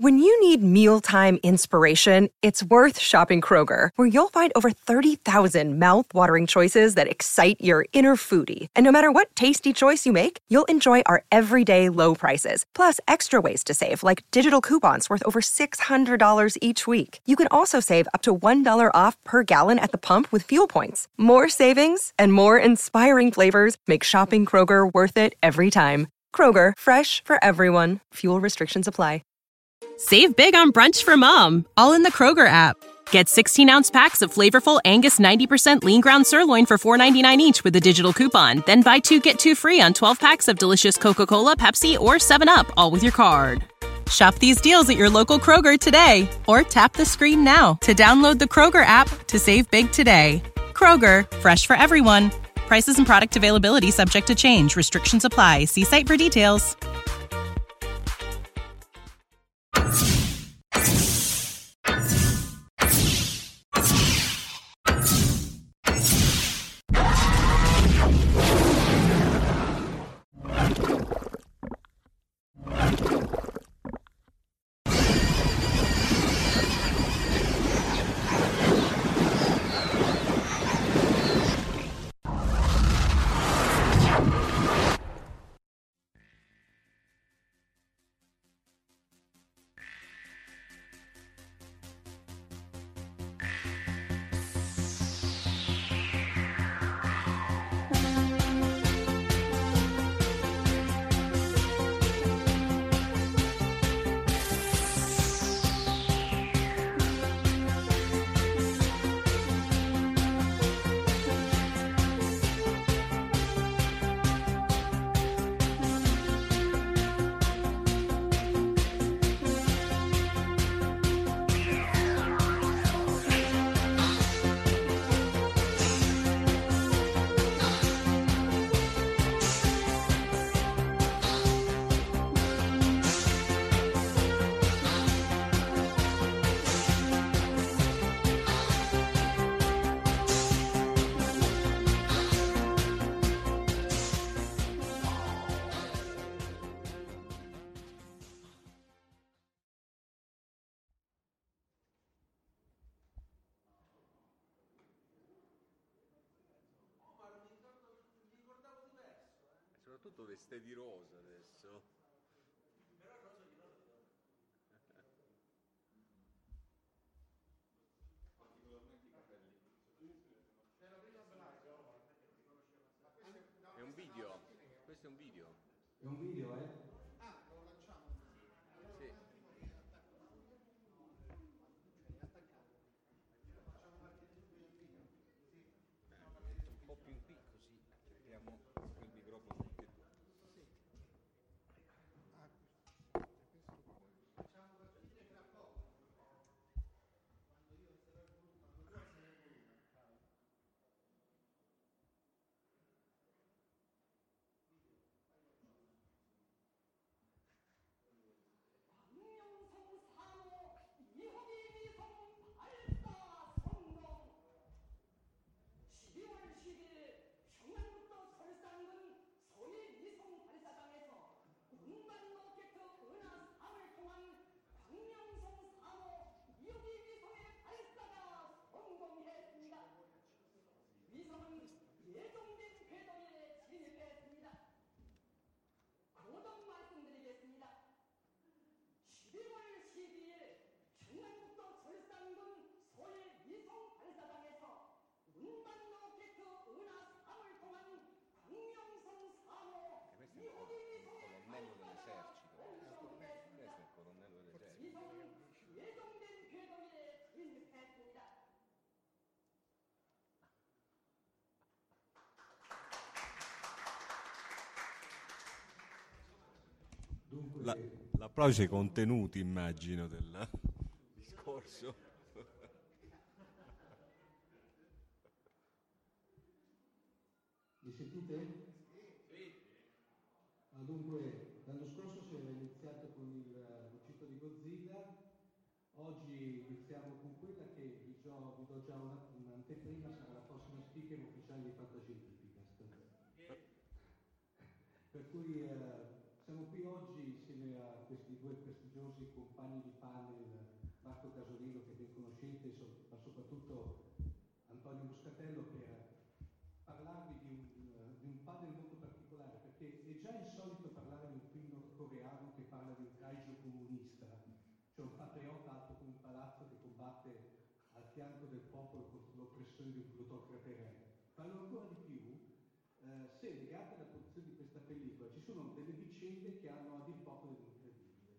When you need mealtime inspiration, it's worth shopping Kroger, where you'll find over 30,000 mouth-watering choices that excite your inner foodie. And no matter what tasty choice you make, you'll enjoy our everyday low prices, plus extra ways to save, like digital coupons worth over $600 each week. You can also save up to $1 off per gallon at the pump with fuel points. More savings and more inspiring flavors make shopping Kroger worth it every time. Kroger, fresh for everyone. Fuel restrictions apply. Save big on brunch for mom, all in the Kroger app. Get 16-ounce packs of flavorful Angus 90% lean ground sirloin for $4.99 each with a digital coupon. Then buy 2, get 2 free on 12 packs of delicious Coca-Cola, Pepsi, or 7-Up, all with your card. Shop these deals at your local Kroger today, or tap the screen now to download the Kroger app to save big today. Kroger, fresh for everyone. Prices and product availability subject to change. Restrictions apply. See site for details. Soprattutto veste di rosa adesso. È un video. Questo è un video. È un video, eh? Ah, lo lanciamo. Sì. Un po' più in qui così abbiamo quel microfono che tu. Sì. Facciamo partire tra poco. Quando io sarò voluto, quando tu sarai voluto. L'applauso ai contenuti, immagino, del discorso. Mi sentite? Sì. Dunque, l'anno scorso si era iniziato con l'uscita di Godzilla, oggi iniziamo con quella che vi do già un'anteprima, sarà la prossima speaker ufficiale di Fantascientificast. Per cui siamo qui oggi insieme a questi due prestigiosi compagni di Castello per parlarvi di un panel molto particolare, perché è già insolito parlare di un film nordcoreano che parla di un kaiju comunista, cioè un patriota alto come un palazzo che combatte al fianco del popolo contro l'oppressione di un plutocrate re. Parlo ancora di più se legate alla produzione di questa pellicola ci sono delle vicende che hanno a dir poco dell'incredibile.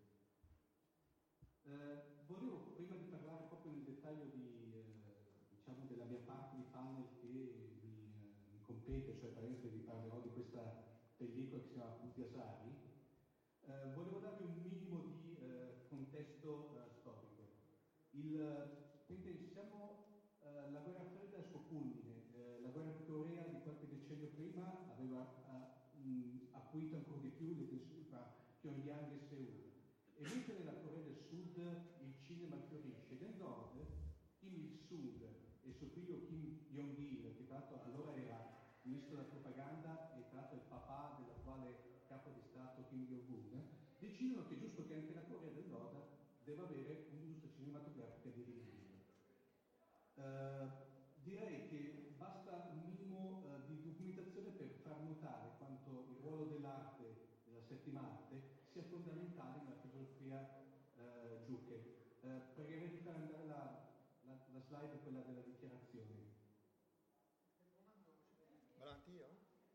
Volevo, prima di parlare proprio nel dettaglio diciamo della mia parte di panel che mi compete, cioè vi parlerò di questa pellicola che si chiama Pugliasari, volevo darvi un minimo di contesto storico. La guerra fredda è al suo culmine, la guerra di Corea di qualche decennio prima aveva acuito ancora di più le tensioni tra Pyongyang e Seul. E mentre nella Corea del Sud il cinema fiorisce, nel nord Kim Il-sung e suo figlio Kim Jong-il, che tra l'altro allora era ministro della propaganda e tra l'altro il papà dell'attuale capo di Stato Kim Jong-un, decidono che è giusto che anche la Corea del Nord deve avere un'industria cinematografica di rilievo. Direi che basta un minimo di documentazione per far notare quanto il ruolo dell'arte, della settima arte, sia fondamentale nella filosofia Juche. Pregherei di fare andare la slide, quella della dichiarazione. Avanti io?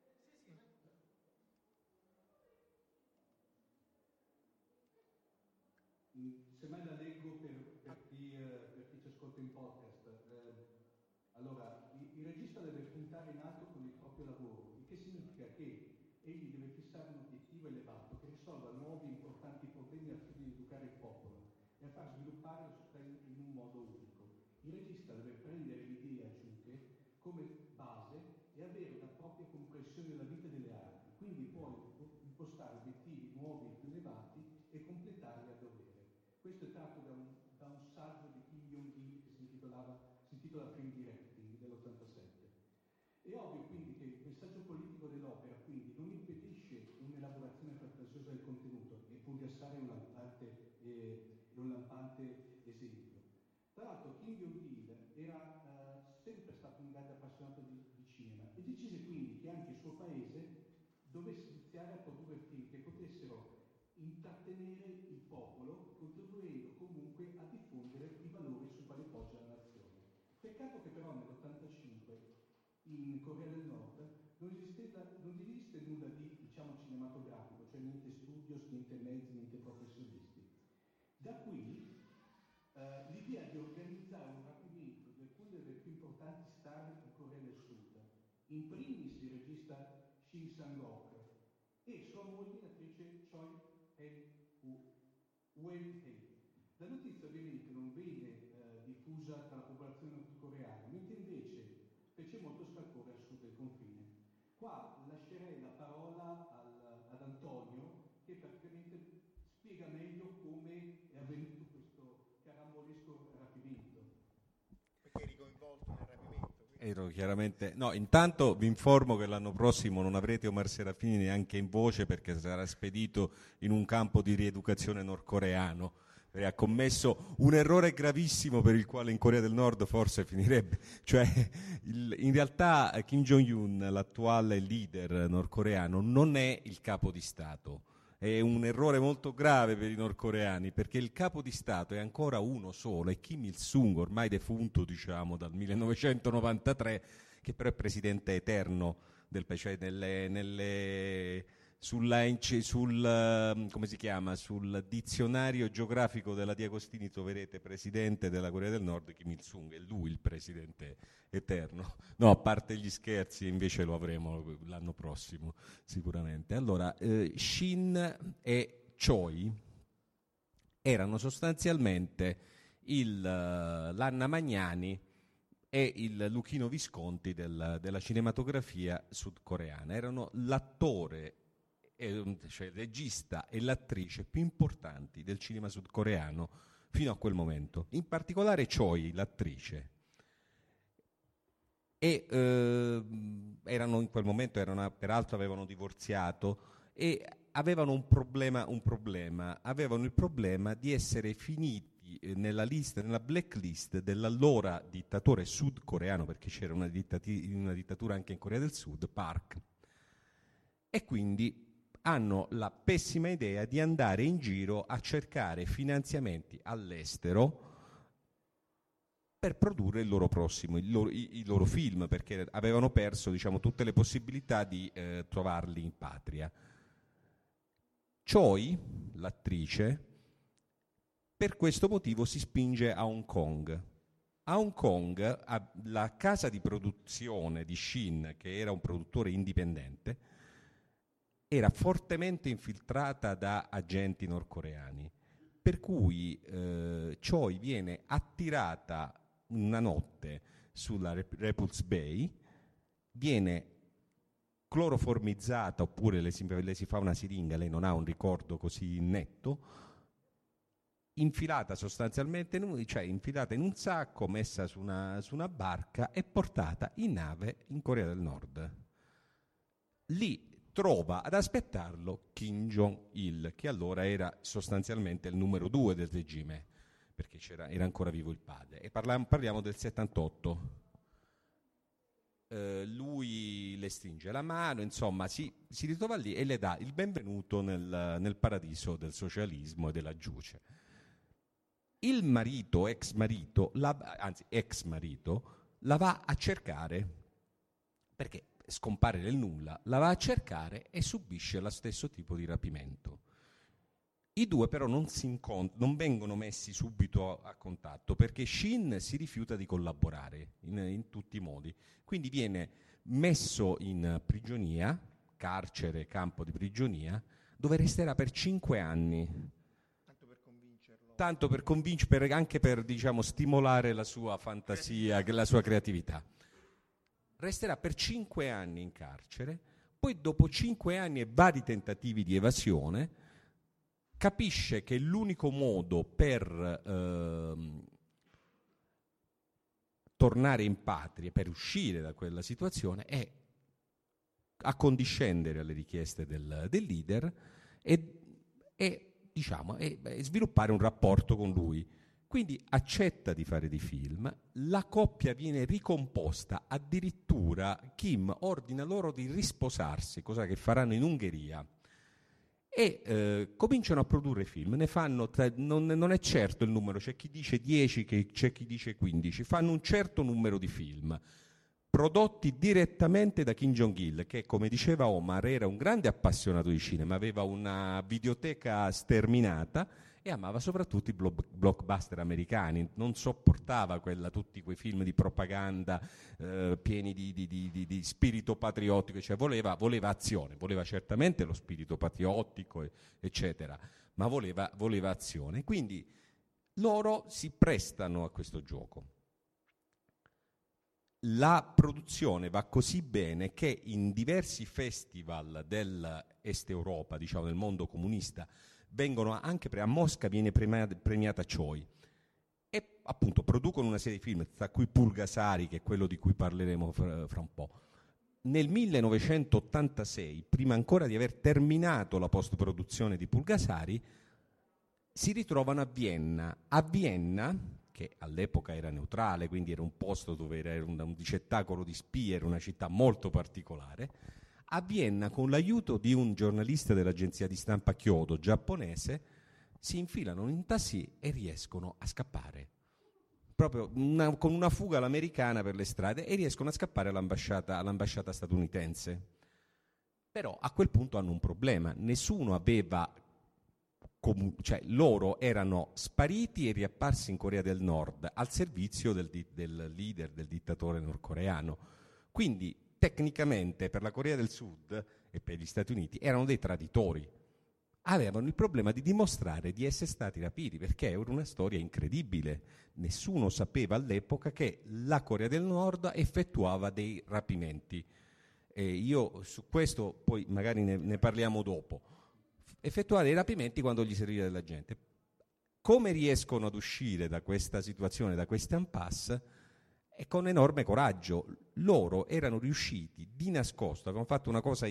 Semmai la leggo per chi ci ascolta in podcast. Allora, il regista deve puntare in alto con il proprio lavoro, il che significa che egli deve fissare un obiettivo elevato che risolva nuovi importanti problemi al fine di educare il popolo e a far sviluppare la società in un modo unico. Il regista deve prendere l'idea Juche come base e avere una propria comprensione della vita delle arti, quindi poi impostare obiettivi nuovi e più elevati e completarli a dovere. Questo è tratto da un saggio di Kim Jong-il che si intitola Film Directing dell'87. È ovvio quindi che il messaggio politico dell'opera quindi non impedisce un'elaborazione fantasiosa del contenuto, e Pugliasari è un lampante esempio. Tra l'altro Kim Jong-il era sempre stato un grande appassionato di cinema e decise quindi che anche il suo paese dovesse iniziare a produrre film che potessero intrattenere il popolo, contribuendo comunque a diffondere i valori sui quali poggia la nazione. Peccato che però nell'85 in Corea del Nord non esiste nulla di, diciamo, cinematografico, cioè niente studios, niente mezzi, niente professionisti. Da qui l'idea di organizzare un rapimento di alcune delle più importanti star in Corea del Sud, in primis il regista Shin Sang-ok e sua moglie l'attrice Choi Wen-hee. La notizia ovviamente non venne diffusa tra la popolazione nordcoreana, mentre invece fece molto scalpore a sud del confine. Qua lascerei la parola ad Antonio, che praticamente spiega meglio come è avvenuto questo carambolesco rapimento. Perché eri coinvolto nel rapimento? Ero chiaramente... No, intanto vi informo che l'anno prossimo non avrete Omar Serafini neanche in voce perché sarà spedito in un campo di rieducazione nordcoreano. Ha commesso un errore gravissimo per il quale in Corea del Nord forse finirebbe. Cioè, in realtà Kim Jong-un, l'attuale leader nordcoreano, non è il capo di Stato. È un errore molto grave per i nordcoreani, perché il capo di Stato è ancora uno solo, è Kim Il-sung, ormai defunto, diciamo, dal 1993, che però è presidente eterno del paese, come si chiama, sul dizionario geografico della Di Agostini troverete presidente della Corea del Nord Kim Il-sung, è lui il presidente eterno. No, a parte gli scherzi, invece lo avremo l'anno prossimo sicuramente. Allora, Shin e Choi erano sostanzialmente l'Anna Magnani e il Luchino Visconti della cinematografia sudcoreana. Erano l'attore, cioè il regista e l'attrice più importanti del cinema sudcoreano fino a quel momento. In particolare Choi, l'attrice. E erano in quel momento, peraltro avevano divorziato e avevano avevano il problema di essere finiti nella blacklist dell'allora dittatore sudcoreano, perché c'era una dittatura anche in Corea del Sud, Park, e quindi hanno la pessima idea di andare in giro a cercare finanziamenti all'estero per produrre il loro prossimo, i loro film, perché avevano perso, diciamo, tutte le possibilità di trovarli in patria. Choi, l'attrice, per questo motivo si spinge a Hong Kong. A Hong Kong, la casa di produzione di Shin, che era un produttore indipendente, era fortemente infiltrata da agenti nordcoreani, per cui Choi viene attirata una notte sulla Repulse Bay, viene cloroformizzata, oppure le si fa una siringa, lei non ha un ricordo così netto, infilata sostanzialmente infilata in un sacco, messa su una barca e portata in nave in Corea del Nord. Lì trova ad aspettarlo Kim Jong-il, che allora era sostanzialmente il numero 2 del regime, perché era ancora vivo il padre, e parliamo del 78. Lui le stringe la mano, insomma si ritrova lì e le dà il benvenuto nel paradiso del socialismo e della giuce. Il marito, ex marito, la va a cercare, perché scompare nel nulla, la va a cercare e subisce lo stesso tipo di rapimento. I due però non vengono messi subito a contatto, perché Shin si rifiuta di collaborare in tutti i modi. Quindi viene messo in prigionia, carcere, campo di prigionia, dove resterà per 5 anni. Tanto per convincerlo, anche per, diciamo, stimolare la sua fantasia, la sua creatività. Resterà per 5 anni in carcere, poi dopo 5 anni e vari tentativi di evasione capisce che l'unico modo per tornare in patria, per uscire da quella situazione, è accondiscendere alle richieste del leader e sviluppare un rapporto con lui. Quindi accetta di fare dei film, la coppia viene ricomposta, addirittura Kim ordina loro di risposarsi, cosa che faranno in Ungheria, e cominciano a produrre film, ne fanno, non è certo il numero, c'è chi dice 10, c'è chi dice 15, fanno un certo numero di film, prodotti direttamente da Kim Jong-il, che, come diceva Omar, era un grande appassionato di cinema, aveva una videoteca sterminata e amava soprattutto i blockbuster americani, non sopportava tutti quei film di propaganda pieni di spirito patriottico, cioè voleva azione, voleva certamente lo spirito patriottico, eccetera, ma voleva azione. Quindi loro si prestano a questo gioco. La produzione va così bene che in diversi festival dell'Est Europa, diciamo del mondo comunista, vengono anche a Mosca viene premiata Choi, e appunto producono una serie di film, tra cui Pulgasari, che è quello di cui parleremo fra un po'. Nel 1986, prima ancora di aver terminato la post-produzione di Pulgasari, si ritrovano a Vienna, che all'epoca era neutrale, quindi era un posto dove era un ricettacolo di spie, era una città molto particolare. A Vienna, con l'aiuto di un giornalista dell'agenzia di stampa Kyodo giapponese, si infilano in taxi e riescono a scappare. Proprio con una fuga all'americana per le strade, e riescono a scappare all'ambasciata statunitense. Però a quel punto hanno un problema. Nessuno aveva... cioè loro erano spariti e riapparsi in Corea del Nord al servizio del leader, del dittatore nordcoreano. Quindi tecnicamente per la Corea del Sud e per gli Stati Uniti erano dei traditori. Avevano il problema di dimostrare di essere stati rapiti, perché era una storia incredibile. Nessuno sapeva all'epoca che la Corea del Nord effettuava dei rapimenti. Io su questo poi magari ne parliamo dopo. Effettuare i rapimenti quando gli serviva della gente. Come riescono ad uscire da questa situazione, da questa impasse? E con enorme coraggio. Loro erano riusciti di nascosto, avevano fatto una cosa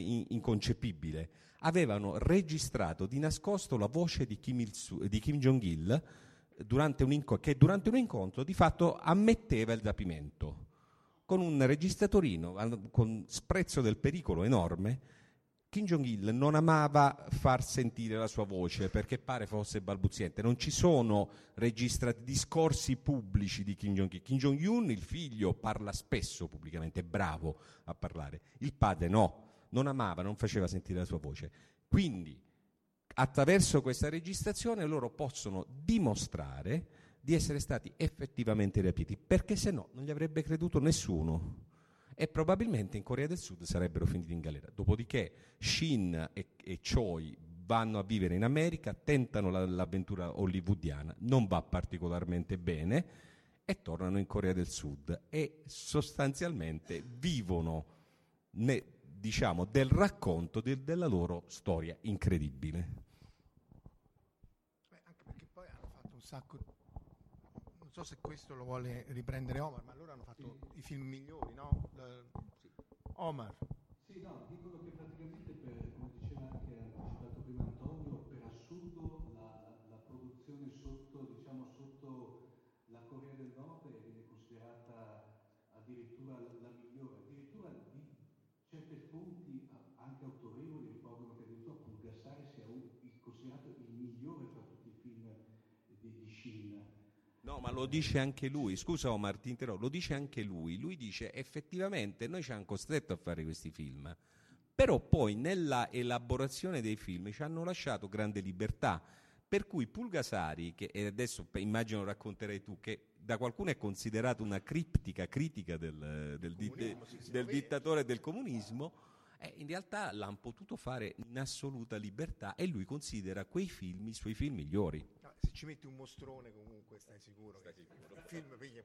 inconcepibile, avevano registrato di nascosto la voce di Kim Jong-il durante un incontro di fatto ammetteva il rapimento con un registratorino con sprezzo del pericolo enorme. Kim Jong-il non amava far sentire la sua voce perché pare fosse balbuziente. Non ci sono registrati discorsi pubblici di Kim Jong-il. Kim Jong-un, il figlio, parla spesso pubblicamente, è bravo a parlare. Il padre no, non amava, non faceva sentire la sua voce. Quindi, attraverso questa registrazione loro possono dimostrare di essere stati effettivamente rapiti, perché se no non gli avrebbe creduto nessuno. E probabilmente in Corea del Sud sarebbero finiti in galera. Dopodiché Shin e Choi vanno a vivere in America, tentano l'avventura hollywoodiana, non va particolarmente bene e tornano in Corea del Sud e sostanzialmente vivono diciamo, del racconto della loro storia incredibile. Anche perché poi hanno fatto un sacco, non so se questo lo vuole riprendere Omar, ma loro hanno fatto i film migliori, no? Omar. Sì, no, dicono che praticamente, come diceva anche anticipato prima Antonio, per assurdo la produzione sotto la Corea del Nord viene considerata addirittura la migliore. Addirittura di certe fonti anche autorevoli ricordano che addirittura Pulgasari sia considerato il migliore tra tutti i film di Shin. No, ma lo dice anche lui, scusa Omar, ti interrompo, lo dice anche lui dice effettivamente noi ci hanno costretto a fare questi film, però poi nella elaborazione dei film ci hanno lasciato grande libertà, per cui Pulgasari, che adesso immagino racconterai tu, che da qualcuno è considerato una critica del dittatore del comunismo, in realtà l'hanno potuto fare in assoluta libertà e lui considera quei film i suoi film migliori. Se ci metti un mostrone comunque stai sicuro che il film piglia.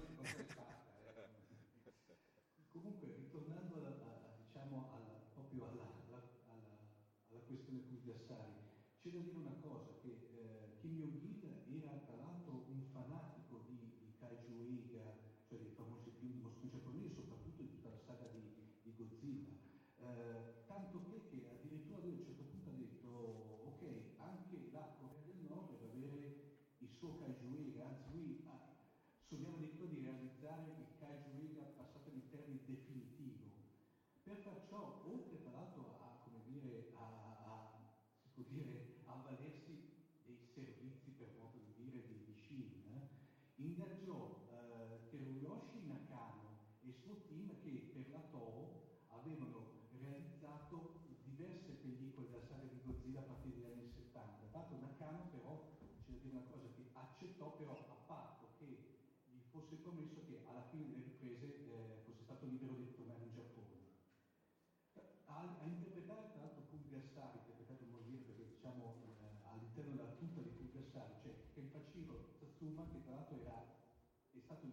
Comunque, ritornando proprio alla questione Pulgasari, c'è da dire una cosa, che Kim Jong-il era tra l'altro un fanatico di Kaiju Eiga, cioè dei famosi film di mostri giapponesi, soprattutto di tutta la saga di Godzilla. Tanto che addirittura lui a un certo punto ha detto ok, anche la Corea del Nord deve avere il suo Kaiju Eiga, anzi lui sogniamo addirittura di realizzare il Kaiju Eiga passato in termini definitivo. Per far ciò, oltre tra l'altro a valersi dei servizi, per modo di dire, di Shin, ingaggiò Teruyoshi Nakano e il suo team che per la Toho avevano realizzato diverse pellicole della saga di Godzilla a partire dagli anni 70. Tanto Nakano però, c'è da dire una cosa, che accettò però a patto che gli fosse promesso che alla fine delle riprese fosse stato libero di tornare in Giappone. A interpretare tra l'altro Pulgasari, interpretato Molière, perché diciamo all'interno della tuta di Pulgasari c'è Kenpachiro Satsuma, che tra l'altro è stato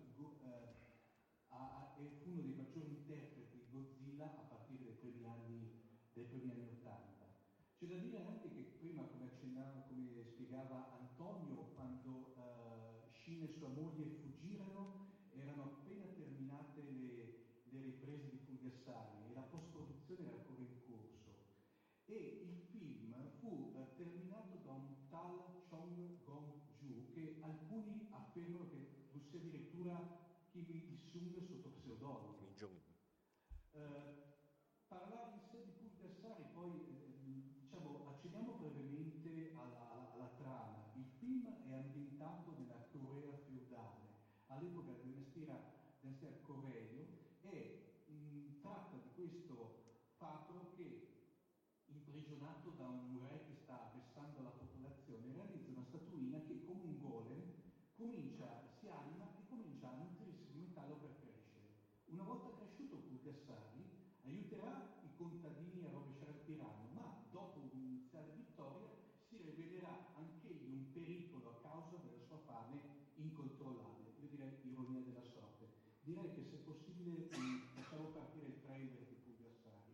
fu uno dei maggiori interpreti di Godzilla a partire dai primi anni 80. C'è da dire anche che prima, come spiegava Antonio, quando Shin e sua moglie fuggirono, erano appena terminate le riprese di Pulgasari e la post-produzione era ancora in corso. E il film fu terminato da un tal Chong Gong-ju, che alcuni affermano che fosse addirittura Kim Il-sung sotto pseudonimo. Parlare in sé di Pulgasari, poi diciamo, accenniamo brevemente alla trama. Il film è ambientato nella Corea feudale, all'epoca della dinastia Goryeo, e tratta di questo fato che, imprigionato da un re che sta vessando la popolazione, realizza una statuina che, come un golem, si anima e comincia a nutrirsi di metallo per crescere. Una volta cresciuto Pulgasari aiuterà i contadini a rovesciare il tiranno, ma dopo un'iniziale vittoria si rivelerà anch'egli un pericolo a causa della sua fame incontrollabile. Io direi ironia della sorte. Direi che se possibile facciamo partire il trailer di Pulgasari.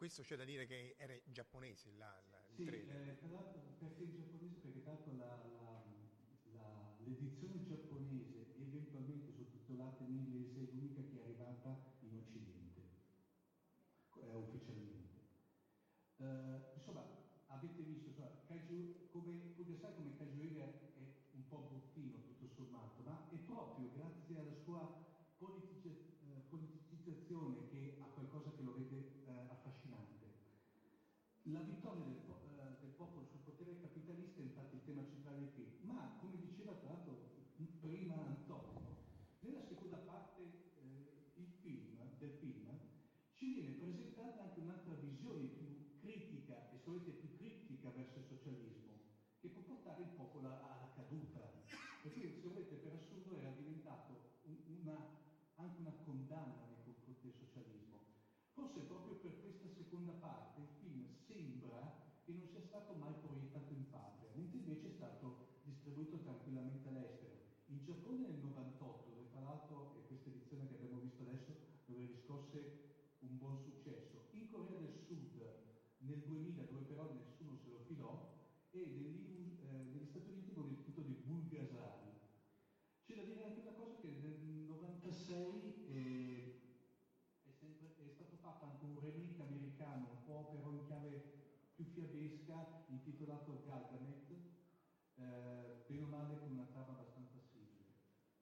questo c'è da dire che era in giapponese il Sì, trailer. tra l'altro perché in giapponese? Perché tanto l'edizione giapponese, eventualmente sottotitolata in inglese, è l'unica che è arrivata in Occidente, ufficialmente. Insomma, avete visto, insomma, sai come Kazuhira è un po' bruttino tutto sommato, ma è proprio grazie alla sua politicizzazione che ha qualcosa che lo vede affascinante. La vittoria del popolo sul potere capitalista è infatti il tema centrale del film, ma come diceva tra l'altro prima Antonio, nella seconda parte del film ci viene presentata anche un'altra visione più critica e se volete più critica verso il socialismo, che può portare il popolo alla caduta. Perché se volete per assurdo era diventato anche una condanna nei confronti del socialismo. Forse proprio per questa seconda parte il film sembra che non sia stato mai proiettato in patria, mentre invece è stato distribuito tranquillamente all'estero. In Giappone nel 98, dove tra l'altro è questa edizione che abbiamo visto adesso, dove riscosse un buon successo. In Corea del Sud nel 2000, dove però nessuno se lo filò, e negli Stati Uniti con il titolo di Bulgasari. C'è da dire anche una cosa che nel 96 è stato fatto anche un remake americano, un po' però in chiave più fiabesca, intitolato Galgamet, bene o male con una trama abbastanza simile.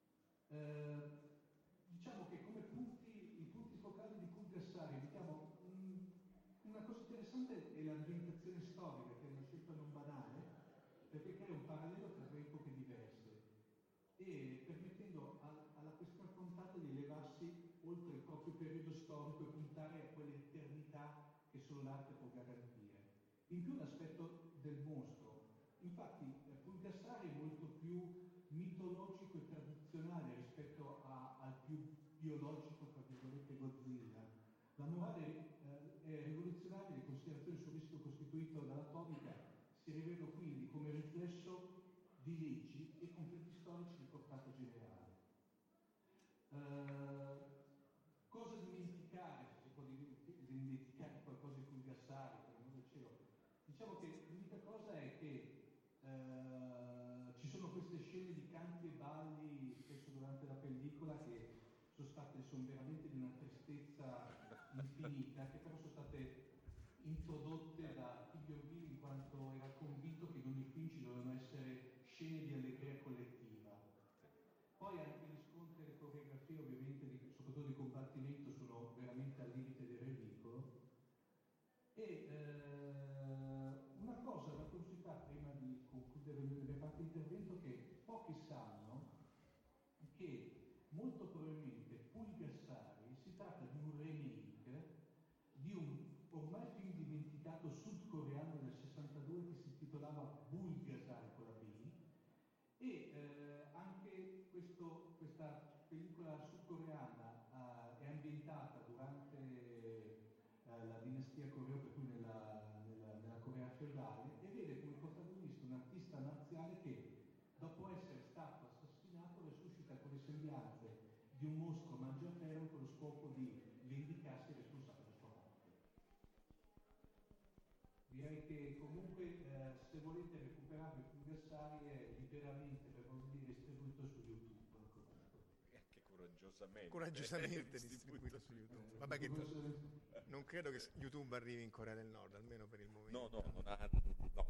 Diciamo che come i punti focali di Pulgassari, diciamo, una cosa interessante è l'ambientazione storica, che è una scelta non banale, perché crea un parallelo tra due epoche diverse e permettendo alla questione affrontata di elevarsi oltre il proprio periodo storico e puntare a quell'eternità che solo l'arte può garantire. In più l'aspetto del mostro. Infatti Pulgassari è molto più mitologico e tradizionale rispetto al più biologico, tra virgolette, Godzilla. La morale è rivoluzionaria, le considerazioni sul rischio costituito dall'atomica si rivelano quindi come riflesso di leggi e conflitti storici di portata generale. Cosa dimenticare, se si può dimenticare qualcosa di Pulgassari, per l'amor del cielo? Diciamo che l'unica cosa è che ci sono queste scene di canti e balli spesso durante la pellicola che sono veramente di una tristezza infinita, che però sono state introdotte da Tibbio Gili in quanto era convinto che in ogni film ci dovevano essere scene di allegria collettiva. Poi anche gli scontri e le coreografie ovviamente, soprattutto di combattimento, sono veramente al limite del ridicolo. E una cosa da curiosità prima di concludere le mie parti di intervento, che pochi sanno che molto probabilmente Pulgassari si tratta di un remake di un ormai film dimenticato sudcoreano del 62 che si intitolava Bulgasari con la B, e anche questa pellicola sudcoreana è ambientata durante la dinastia Koryo, per cui nella Corea feudale, e vede come protagonista un artista marziale che dopo essere stato assassinato resuscita con le sembianze di un mostro mangiaferro con lo scopo di vendicarsi responsabile della sua morte. Direi che comunque se volete recuperare Pulgassari è liberamente, per così dire, distribuito su YouTube. Che coraggiosamente. Coraggiosamente distribuito su YouTube. Vabbè, che non credo che YouTube arrivi in Corea del Nord, almeno per il momento. No, non ha. No.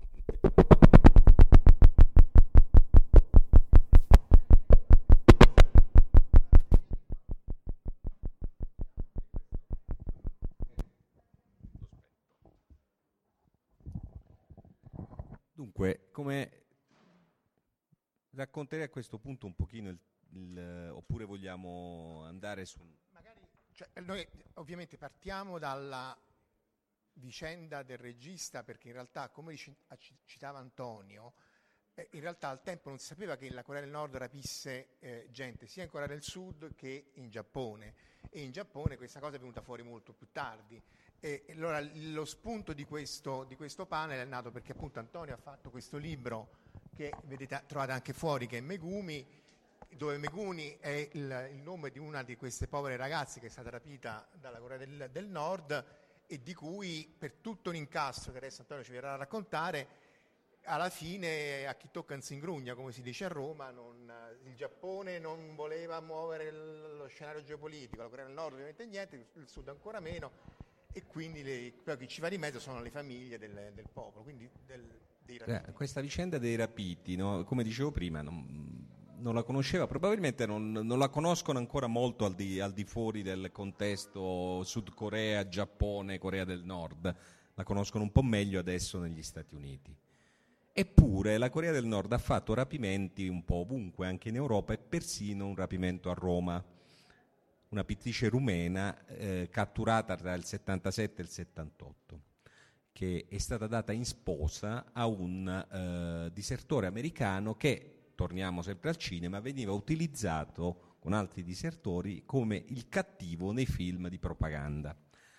Dunque, come racconterei a questo punto un pochino oppure vogliamo andare su... Magari, noi ovviamente partiamo dalla vicenda del regista, perché in realtà, come citava Antonio, in realtà al tempo non si sapeva che la Corea del Nord rapisse gente sia in Corea del Sud che in Giappone, e in Giappone questa cosa è venuta fuori molto più tardi. E allora lo spunto di questo panel è nato perché appunto Antonio ha fatto questo libro che vedete trovate anche fuori, che è Megumi, dove Megumi è il nome di una di queste povere ragazze che è stata rapita dalla Corea del Nord, e di cui per tutto un incastro che adesso Antonio ci verrà a raccontare, alla fine a chi tocca non si ingrugna, come si dice a Roma. Il Giappone non voleva muovere lo scenario geopolitico, la Corea del Nord ovviamente niente, il Sud ancora meno, e quindi poi chi ci va di mezzo sono le famiglie del popolo, quindi dei rapiti. Questa vicenda dei rapiti, no? Come dicevo prima, non la conosceva, probabilmente non la conoscono ancora molto al di fuori del contesto Sud Corea, Giappone, Corea del Nord, la conoscono un po' meglio adesso negli Stati Uniti. Eppure la Corea del Nord ha fatto rapimenti un po' ovunque, anche in Europa, e persino un rapimento a Roma. Una pittrice rumena catturata tra il 77 e il 78, che è stata data in sposa a un disertore americano che, torniamo sempre al cinema, veniva utilizzato con altri disertori come il cattivo nei film di propaganda.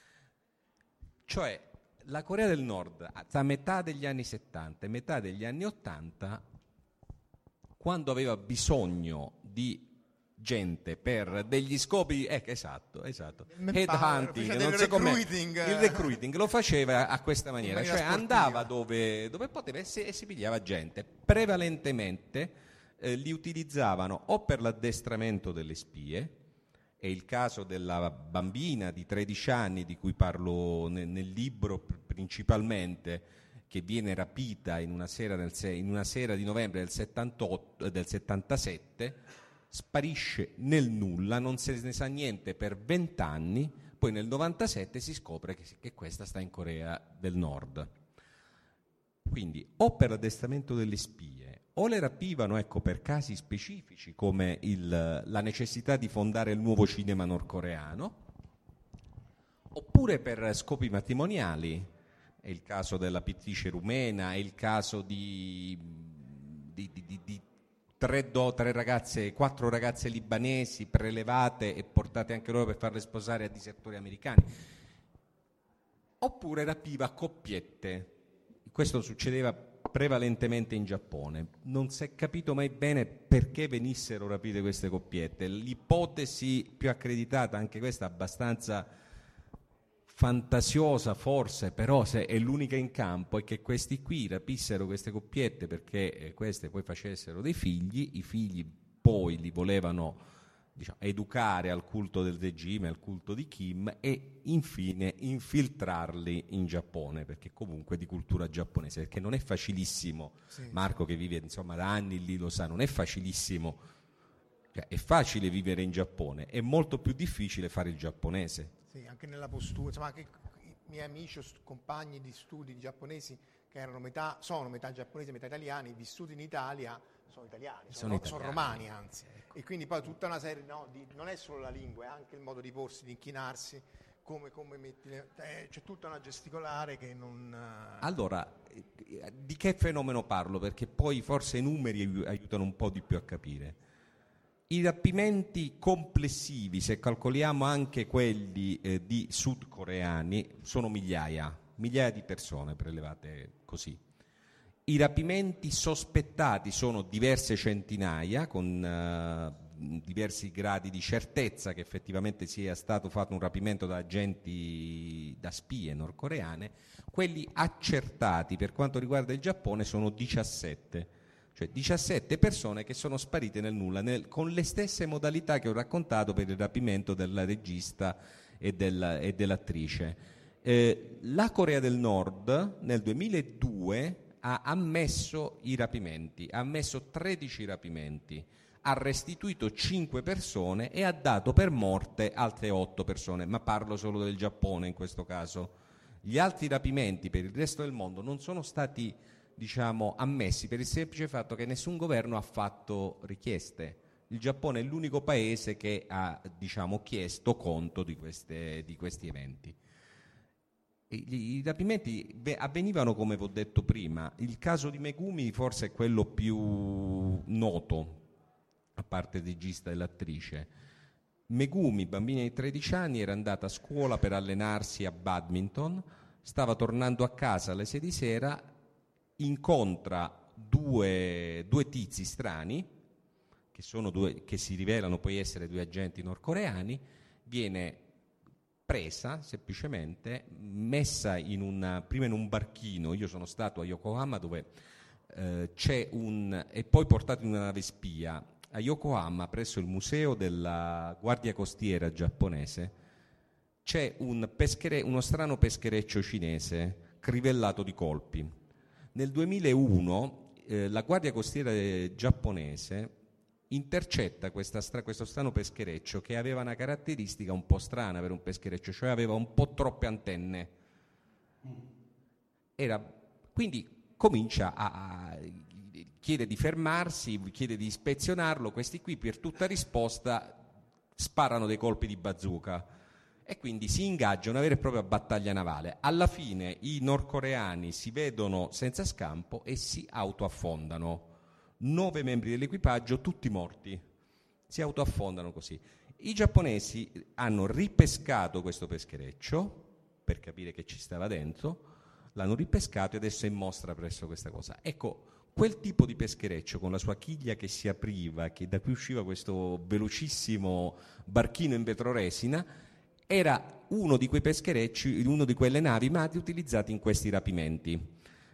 Cioè, la Corea del Nord, tra metà degli anni 70 e metà degli anni 80, quando aveva bisogno di gente per degli scopi, esatto, headhunting, non so com'è, il recruiting lo faceva a questa maniera, cioè andava dove poteva e si pigliava gente. Prevalentemente li utilizzavano o per l'addestramento delle spie. È il caso della bambina di 13 anni di cui parlo nel libro principalmente, che viene rapita in una sera di novembre del 77, sparisce nel nulla, non se ne sa niente per 20 anni, poi nel 97 si scopre che questa sta in Corea del Nord. Quindi o per l'addestramento delle spie, o le rapivano per casi specifici come la necessità di fondare il nuovo cinema nordcoreano, oppure per scopi matrimoniali. È il caso della pittrice rumena, è il caso di 4 ragazze libanesi prelevate e portate anche loro per farle sposare a disertori americani. Oppure rapiva coppiette. Questo succedeva prevalentemente in Giappone. Non si è capito mai bene perché venissero rapite queste coppiette. L'ipotesi più accreditata, anche questa abbastanza fantasiosa forse, però se è l'unica in campo, è che questi qui rapissero queste coppiette perché queste poi facessero dei figli, i figli poi li volevano educare al culto del regime, al culto di Kim, e infine infiltrarli in Giappone, perché comunque di cultura giapponese, perché non è facilissimo, sì. Marco che vive da anni lì lo sa, non è facilissimo, è facile vivere in Giappone, è molto più difficile fare il giapponese. Sì, anche nella postura, anche i miei amici, compagni di studi giapponesi che sono metà giapponesi, metà italiani, vissuti in Italia, sono italiani, sono romani anzi. E quindi poi tutta una serie, non è solo la lingua, è anche il modo di porsi, di inchinarsi, come c'è tutta una gesticolare che non... Allora, di che fenomeno parlo? Perché poi forse i numeri aiutano un po' di più a capire. I rapimenti complessivi, se calcoliamo anche quelli di sudcoreani, sono migliaia di persone prelevate così. I rapimenti sospettati sono diverse centinaia, con diversi gradi di certezza che effettivamente sia stato fatto un rapimento da agenti, da spie nordcoreane. Quelli accertati per quanto riguarda il Giappone sono 17, cioè 17 persone che sono sparite nel nulla, con le stesse modalità che ho raccontato per il rapimento della regista e dell'attrice. La Corea del Nord nel 2002 ha ammesso i rapimenti, ha ammesso 13 rapimenti, ha restituito 5 persone e ha dato per morte altre 8 persone, ma parlo solo del Giappone in questo caso. Gli altri rapimenti per il resto del mondo non sono stati, ammessi per il semplice fatto che nessun governo ha fatto richieste. Il Giappone è l'unico paese che ha, chiesto conto di questi eventi. I rapimenti avvenivano come vi ho detto prima. Il caso di Megumi forse è quello più noto, a parte il regista e l'attrice. Megumi, bambina di 13 anni, era andata a scuola per allenarsi a badminton, stava tornando a casa alle 6 di sera, incontra due tizi strani, che si rivelano poi essere 2 agenti nordcoreani, viene presa semplicemente, messa prima in un barchino. Io sono stato a Yokohama dove e poi portato in una nave spia. A Yokohama, presso il museo della Guardia Costiera giapponese, c'è uno strano peschereccio cinese crivellato di colpi. Nel 2001 la Guardia Costiera giapponese intercetta questo strano peschereccio, che aveva una caratteristica un po' strana per un peschereccio, cioè aveva un po' troppe antenne. Quindi comincia chiede di fermarsi, chiede di ispezionarlo. Questi qui, per tutta risposta, sparano dei colpi di bazooka e quindi si ingaggia una vera e propria battaglia navale. Alla fine i nordcoreani si vedono senza scampo e si autoaffondano. 9 membri dell'equipaggio, tutti morti, si autoaffondano così. I giapponesi hanno ripescato questo peschereccio per capire che ci stava dentro, l'hanno ripescato e adesso è in mostra presso questa cosa. Ecco, quel tipo di peschereccio con la sua chiglia che si apriva, che da cui usciva questo velocissimo barchino in vetroresina, era uno di quei pescherecci, uno di quelle navi madri utilizzate in questi rapimenti.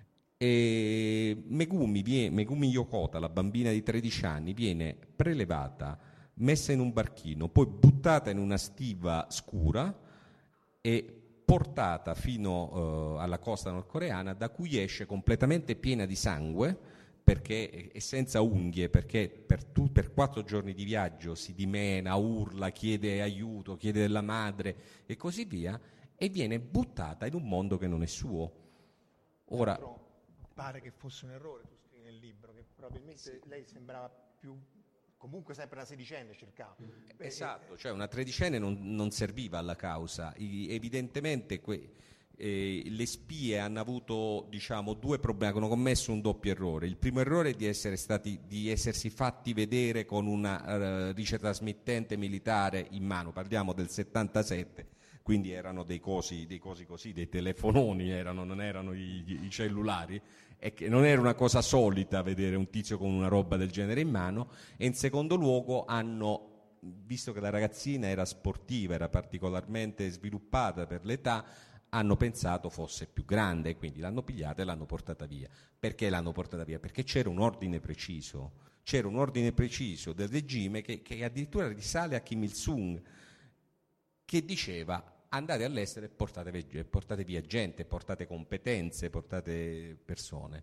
E Megumi Yokota, la bambina di 13 anni, viene prelevata, messa in un barchino, poi buttata in una stiva scura e portata fino alla costa nordcoreana, da cui esce completamente piena di sangue, perché è senza unghie, perché per 4 giorni di viaggio si dimena, urla, chiede aiuto, chiede della madre e così via, e viene buttata in un mondo che non è suo. Ora pare che fosse un errore, tu scrivi nel libro, che probabilmente lei sembrava più, comunque sempre una sedicenne circa. Esatto, cioè una tredicenne non serviva alla causa. Evidentemente le spie hanno avuto, diciamo, 2 problemi, hanno commesso un doppio errore. Il primo errore è di essersi fatti vedere con una ricetrasmittente militare in mano, parliamo del 77, quindi erano dei cosi così, dei telefononi, non erano i cellulari, e che non era una cosa solita vedere un tizio con una roba del genere in mano. E in secondo luogo visto che la ragazzina era sportiva, era particolarmente sviluppata per l'età, hanno pensato fosse più grande e quindi l'hanno pigliata e l'hanno portata via. Perché l'hanno portata via? Perché c'era un ordine preciso del regime che addirittura risale a Kim Il-sung, che diceva: andate all'estero e portate via gente, portate competenze, portate persone.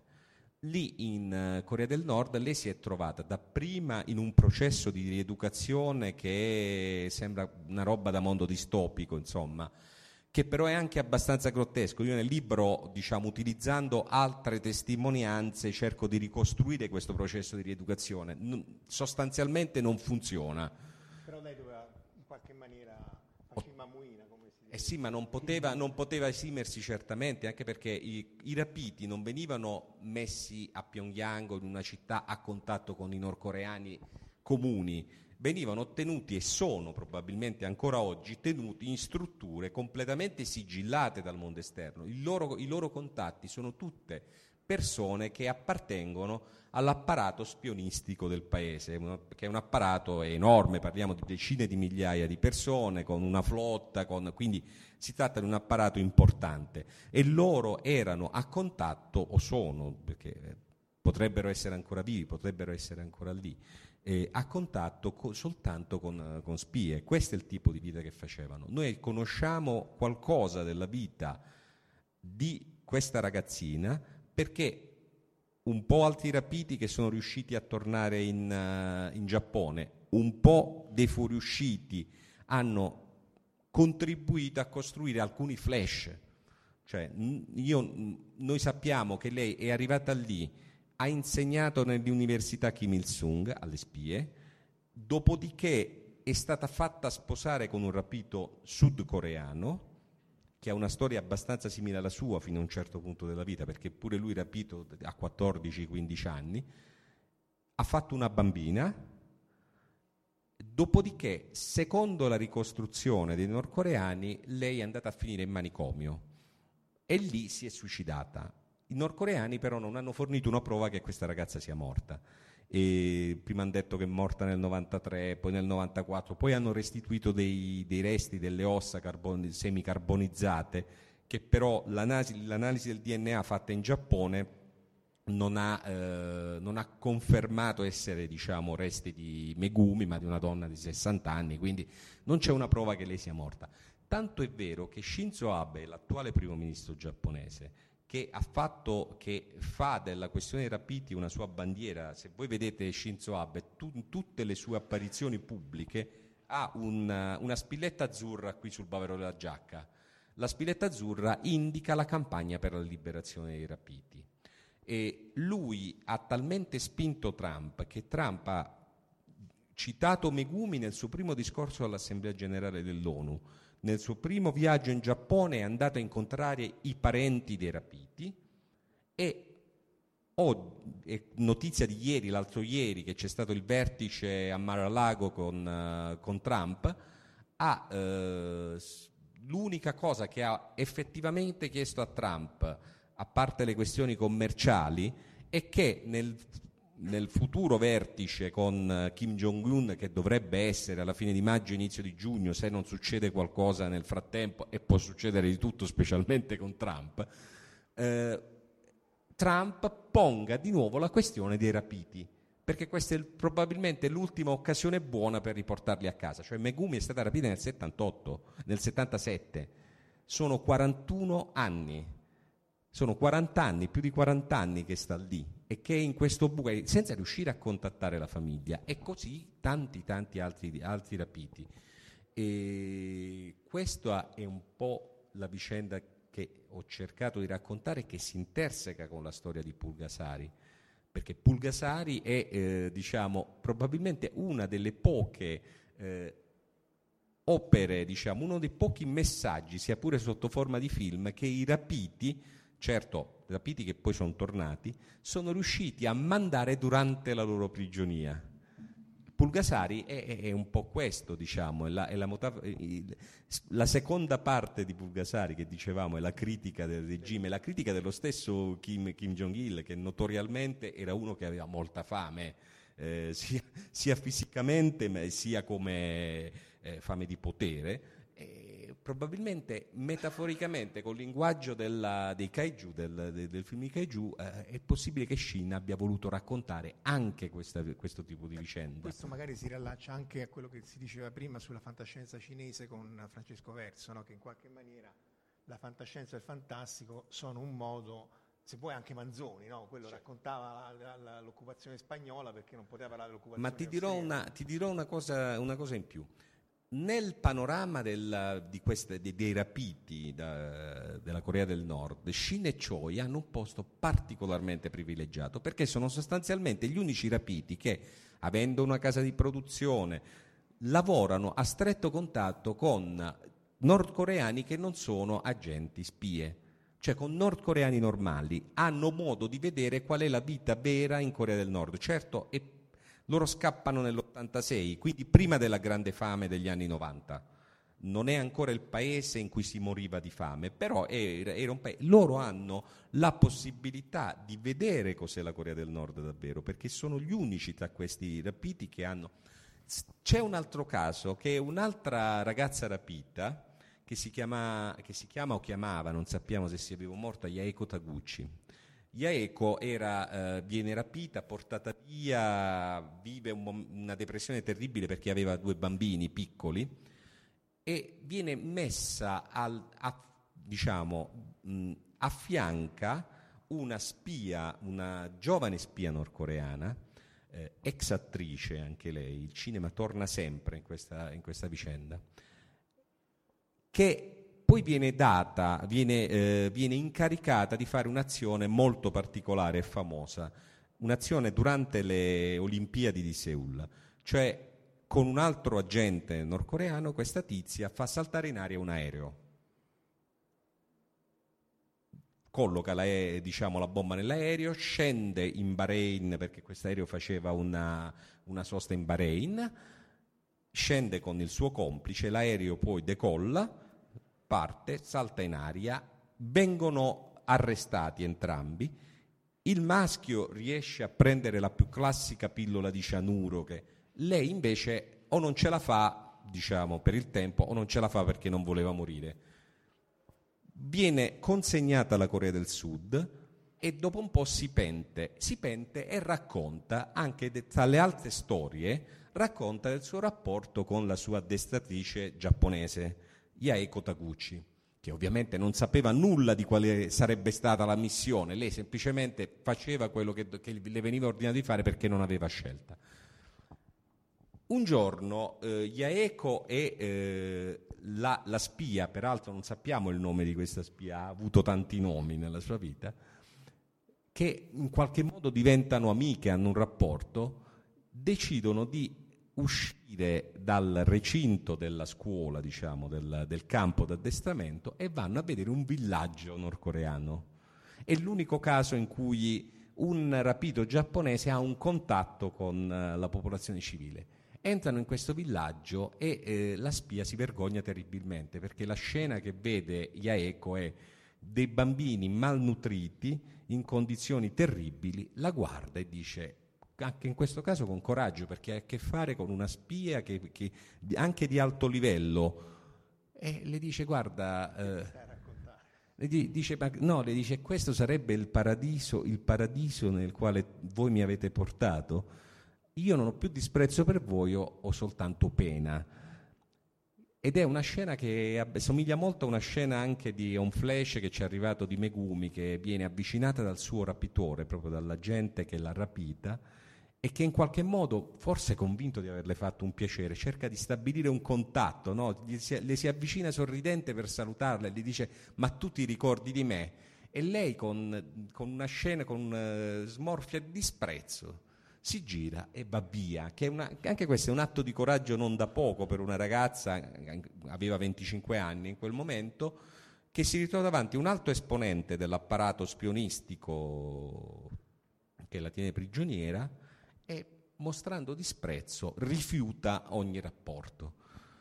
Lì in Corea del Nord lei si è trovata dapprima in un processo di rieducazione che sembra una roba da mondo distopico, insomma, che però è anche abbastanza grottesco. Io nel libro, diciamo, utilizzando altre testimonianze, cerco di ricostruire questo processo di rieducazione. Sostanzialmente non funziona. Però lei doveva in qualche maniera farci il mamuina, come si dice. Sì, ma non poteva esimersi certamente, anche perché i rapiti non venivano messi a Pyongyang o in una città a contatto con i nordcoreani comuni, venivano tenuti, e sono probabilmente ancora oggi tenuti, in strutture completamente sigillate dal mondo esterno. I loro contatti sono tutte persone che appartengono all'apparato spionistico del paese, che è un apparato enorme, parliamo di decine di migliaia di persone, con una flotta, quindi si tratta di un apparato importante, e loro erano a contatto, o sono, perché potrebbero essere ancora vivi, potrebbero essere ancora lì, a contatto soltanto con spie. Questo è il tipo di vita che facevano. Noi conosciamo qualcosa della vita di questa ragazzina perché un po' altri rapiti che sono riusciti a tornare in Giappone, un po' dei fuoriusciti hanno contribuito a costruire alcuni flash. Cioè, noi sappiamo che lei è arrivata lì, ha insegnato nell'università Kim Il-sung alle spie, dopodiché è stata fatta sposare con un rapito sudcoreano che ha una storia abbastanza simile alla sua fino a un certo punto della vita, perché pure lui rapito a 14-15 anni, ha fatto una bambina, dopodiché, secondo la ricostruzione dei nordcoreani, lei è andata a finire in manicomio e lì si è suicidata. I nordcoreani però non hanno fornito una prova che questa ragazza sia morta. E prima hanno detto che è morta nel 93, poi nel 94, poi hanno restituito dei resti delle ossa semicarbonizzate, che però l'analisi del DNA fatta in Giappone non ha confermato essere, diciamo, resti di Megumi, ma di una donna di 60 anni, quindi non c'è una prova che lei sia morta. Tanto è vero che Shinzo Abe, l'attuale primo ministro giapponese, che fa della questione dei rapiti una sua bandiera. Se voi vedete Shinzo Abe, in tutte le sue apparizioni pubbliche ha una spilletta azzurra qui sul bavero della giacca. La spilletta azzurra indica la campagna per la liberazione dei rapiti. E lui ha talmente spinto Trump che Trump ha citato Megumi nel suo primo discorso all'Assemblea Generale dell'ONU. Nel suo primo viaggio in Giappone è andato a incontrare i parenti dei rapiti e notizia di ieri, l'altro ieri, che c'è stato il vertice a Mar-a-Lago con Trump, l'unica cosa che ha effettivamente chiesto a Trump, a parte le questioni commerciali, è che nel futuro vertice con Kim Jong-un, che dovrebbe essere alla fine di maggio, inizio di giugno, se non succede qualcosa nel frattempo, e può succedere di tutto, specialmente con Trump, Trump ponga di nuovo la questione dei rapiti, perché questa è probabilmente l'ultima occasione buona per riportarli a casa. Cioè Megumi è stata rapita nel 77, sono 41 anni. Sono 40 anni, più di 40 anni che sta lì e che è in questo buco senza riuscire a contattare la famiglia, e così tanti altri rapiti. E questa è un po' la vicenda che ho cercato di raccontare, che si interseca con la storia di Pulgasari, perché Pulgasari è diciamo probabilmente una delle poche opere, diciamo uno dei pochi messaggi, sia pure sotto forma di film, che i rapiti, certo, rapiti che poi sono tornati, sono riusciti a mandare durante la loro prigionia. Pulgasari è un po' questo, diciamo, la seconda parte di Pulgasari, che dicevamo, è la critica del regime, la critica dello stesso Kim Jong-il, che notoriamente era uno che aveva molta fame, sia fisicamente ma sia come fame di potere. Probabilmente metaforicamente col linguaggio dei kaiju, del film di kaiju, è possibile che Shin abbia voluto raccontare anche questo tipo di vicenda. Questo magari si riallaccia anche a quello che si diceva prima sulla fantascienza cinese con Francesco Verso, no? Che in qualche maniera la fantascienza e il fantastico sono un modo, se vuoi anche Manzoni, no? Quello raccontava l'occupazione spagnola perché non poteva parlare dell'occupazione. Ma ti dirò una cosa in più. Nel panorama dei rapiti della Corea del Nord, Shin e Choi hanno un posto particolarmente privilegiato, perché sono sostanzialmente gli unici rapiti che, avendo una casa di produzione, lavorano a stretto contatto con nordcoreani che non sono agenti spie, cioè con nordcoreani normali, hanno modo di vedere qual è la vita vera in Corea del Nord. Certo, loro scappano nell'86, quindi prima della grande fame degli anni 90. Non è ancora il paese in cui si moriva di fame, però era un paese. Loro hanno la possibilità di vedere cos'è la Corea del Nord davvero, perché sono gli unici tra questi rapiti che hanno. C'è un altro caso, che è un'altra ragazza rapita, che si chiama o chiamava, non sappiamo se sia vivo o morta, Yaeko Taguchi. Yaeko viene rapita, portata via, vive una depressione terribile perché aveva 2 bambini piccoli, e viene messa affianca una giovane spia nordcoreana, ex attrice anche lei. Il cinema torna sempre in questa vicenda, che poi viene incaricata di fare un'azione molto particolare e famosa, un'azione durante le Olimpiadi di Seul, cioè con un altro agente nordcoreano questa tizia fa saltare in aria un aereo, colloca la bomba nell'aereo, scende in Bahrain, perché questo aereo faceva una sosta in Bahrain, scende con il suo complice, l'aereo poi decolla, parte, salta in aria, vengono arrestati entrambi. Il maschio riesce a prendere la più classica pillola di cianuro, che lei invece o non ce la fa, diciamo, per il tempo, o non ce la fa perché non voleva morire. Viene consegnata alla Corea del Sud e dopo un po' si pente e racconta, anche tra le altre storie, racconta del suo rapporto con la sua addestratrice giapponese, Yaeko Taguchi, che ovviamente non sapeva nulla di quale sarebbe stata la missione, lei semplicemente faceva quello che le veniva ordinato di fare perché non aveva scelta. Un giorno Yaeko e la spia, peraltro non sappiamo il nome di questa spia, ha avuto tanti nomi nella sua vita, che in qualche modo diventano amiche, hanno un rapporto, decidono di uscire dal recinto della scuola, diciamo, del campo d'addestramento, e vanno a vedere un villaggio nordcoreano. È l'unico caso in cui un rapito giapponese ha un contatto con la popolazione civile. Entrano in questo villaggio e la spia si vergogna terribilmente, perché la scena che vede Yaeko è dei bambini malnutriti in condizioni terribili, la guarda e dice, anche in questo caso con coraggio, perché ha a che fare con una spia che anche di alto livello, e le dice, guarda, le dice questo sarebbe il paradiso nel quale voi mi avete portato. Io non ho più disprezzo per voi, ho soltanto pena. Ed è una scena che somiglia molto a una scena anche di un flash che ci è arrivato di Megumi, che viene avvicinata dal suo rapitore, proprio dalla gente che l'ha rapita, e che in qualche modo, forse convinto di averle fatto un piacere, cerca di stabilire un contatto, no? Le si avvicina sorridente per salutarla e gli dice, ma tu ti ricordi di me? E lei con una scena, con smorfia di disprezzo, si gira e va via, che anche questo è un atto di coraggio non da poco per una ragazza, aveva 25 anni in quel momento, che si ritrova davanti a un alto esponente dell'apparato spionistico che la tiene prigioniera e, mostrando disprezzo, rifiuta ogni rapporto.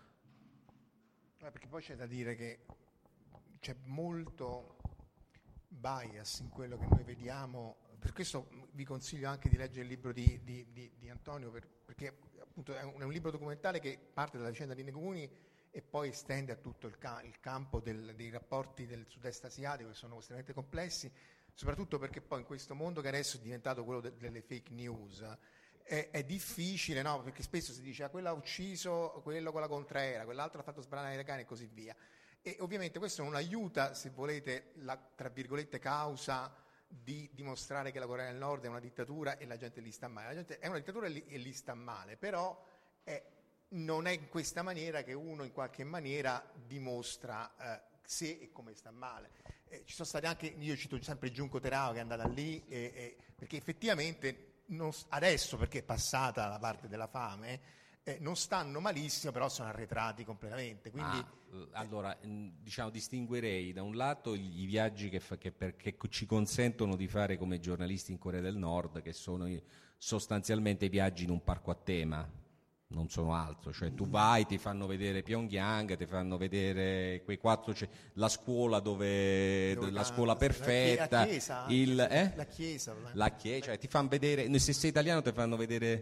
Perché poi c'è da dire che c'è molto bias in quello che noi vediamo. Per questo vi consiglio anche di leggere il libro di Antonio, perché appunto è un libro documentale che parte dalla vicenda di Megumi e poi estende a tutto il campo dei rapporti del sud-est asiatico, che sono estremamente complessi, soprattutto perché poi in questo mondo che adesso è diventato quello delle fake news è difficile, no? Perché spesso si dice quello ha ucciso quello con la contraera, quell'altro ha fatto sbranare le cani e così via. E ovviamente questo non aiuta, se volete, la tra virgolette causa di dimostrare che la Corea del Nord è una dittatura e la gente lì sta male. La gente è una dittatura e lì sta male, però non è in questa maniera che uno in qualche maniera dimostra se e come sta male. Ci sono stati anche, io cito sempre Junko Terao che è andata lì, perché effettivamente adesso, perché è passata la parte della fame, non stanno malissimo, però sono arretrati completamente. Quindi, allora, diciamo, distinguerei da un lato i viaggi che ci consentono di fare come giornalisti in Corea del Nord, che sono sostanzialmente viaggi in un parco a tema, non sono altro, cioè tu vai, ti fanno vedere Pyongyang, ti fanno vedere quei la scuola dove la scuola perfetta, la chiesa, cioè ti fanno vedere, se sei italiano ti fanno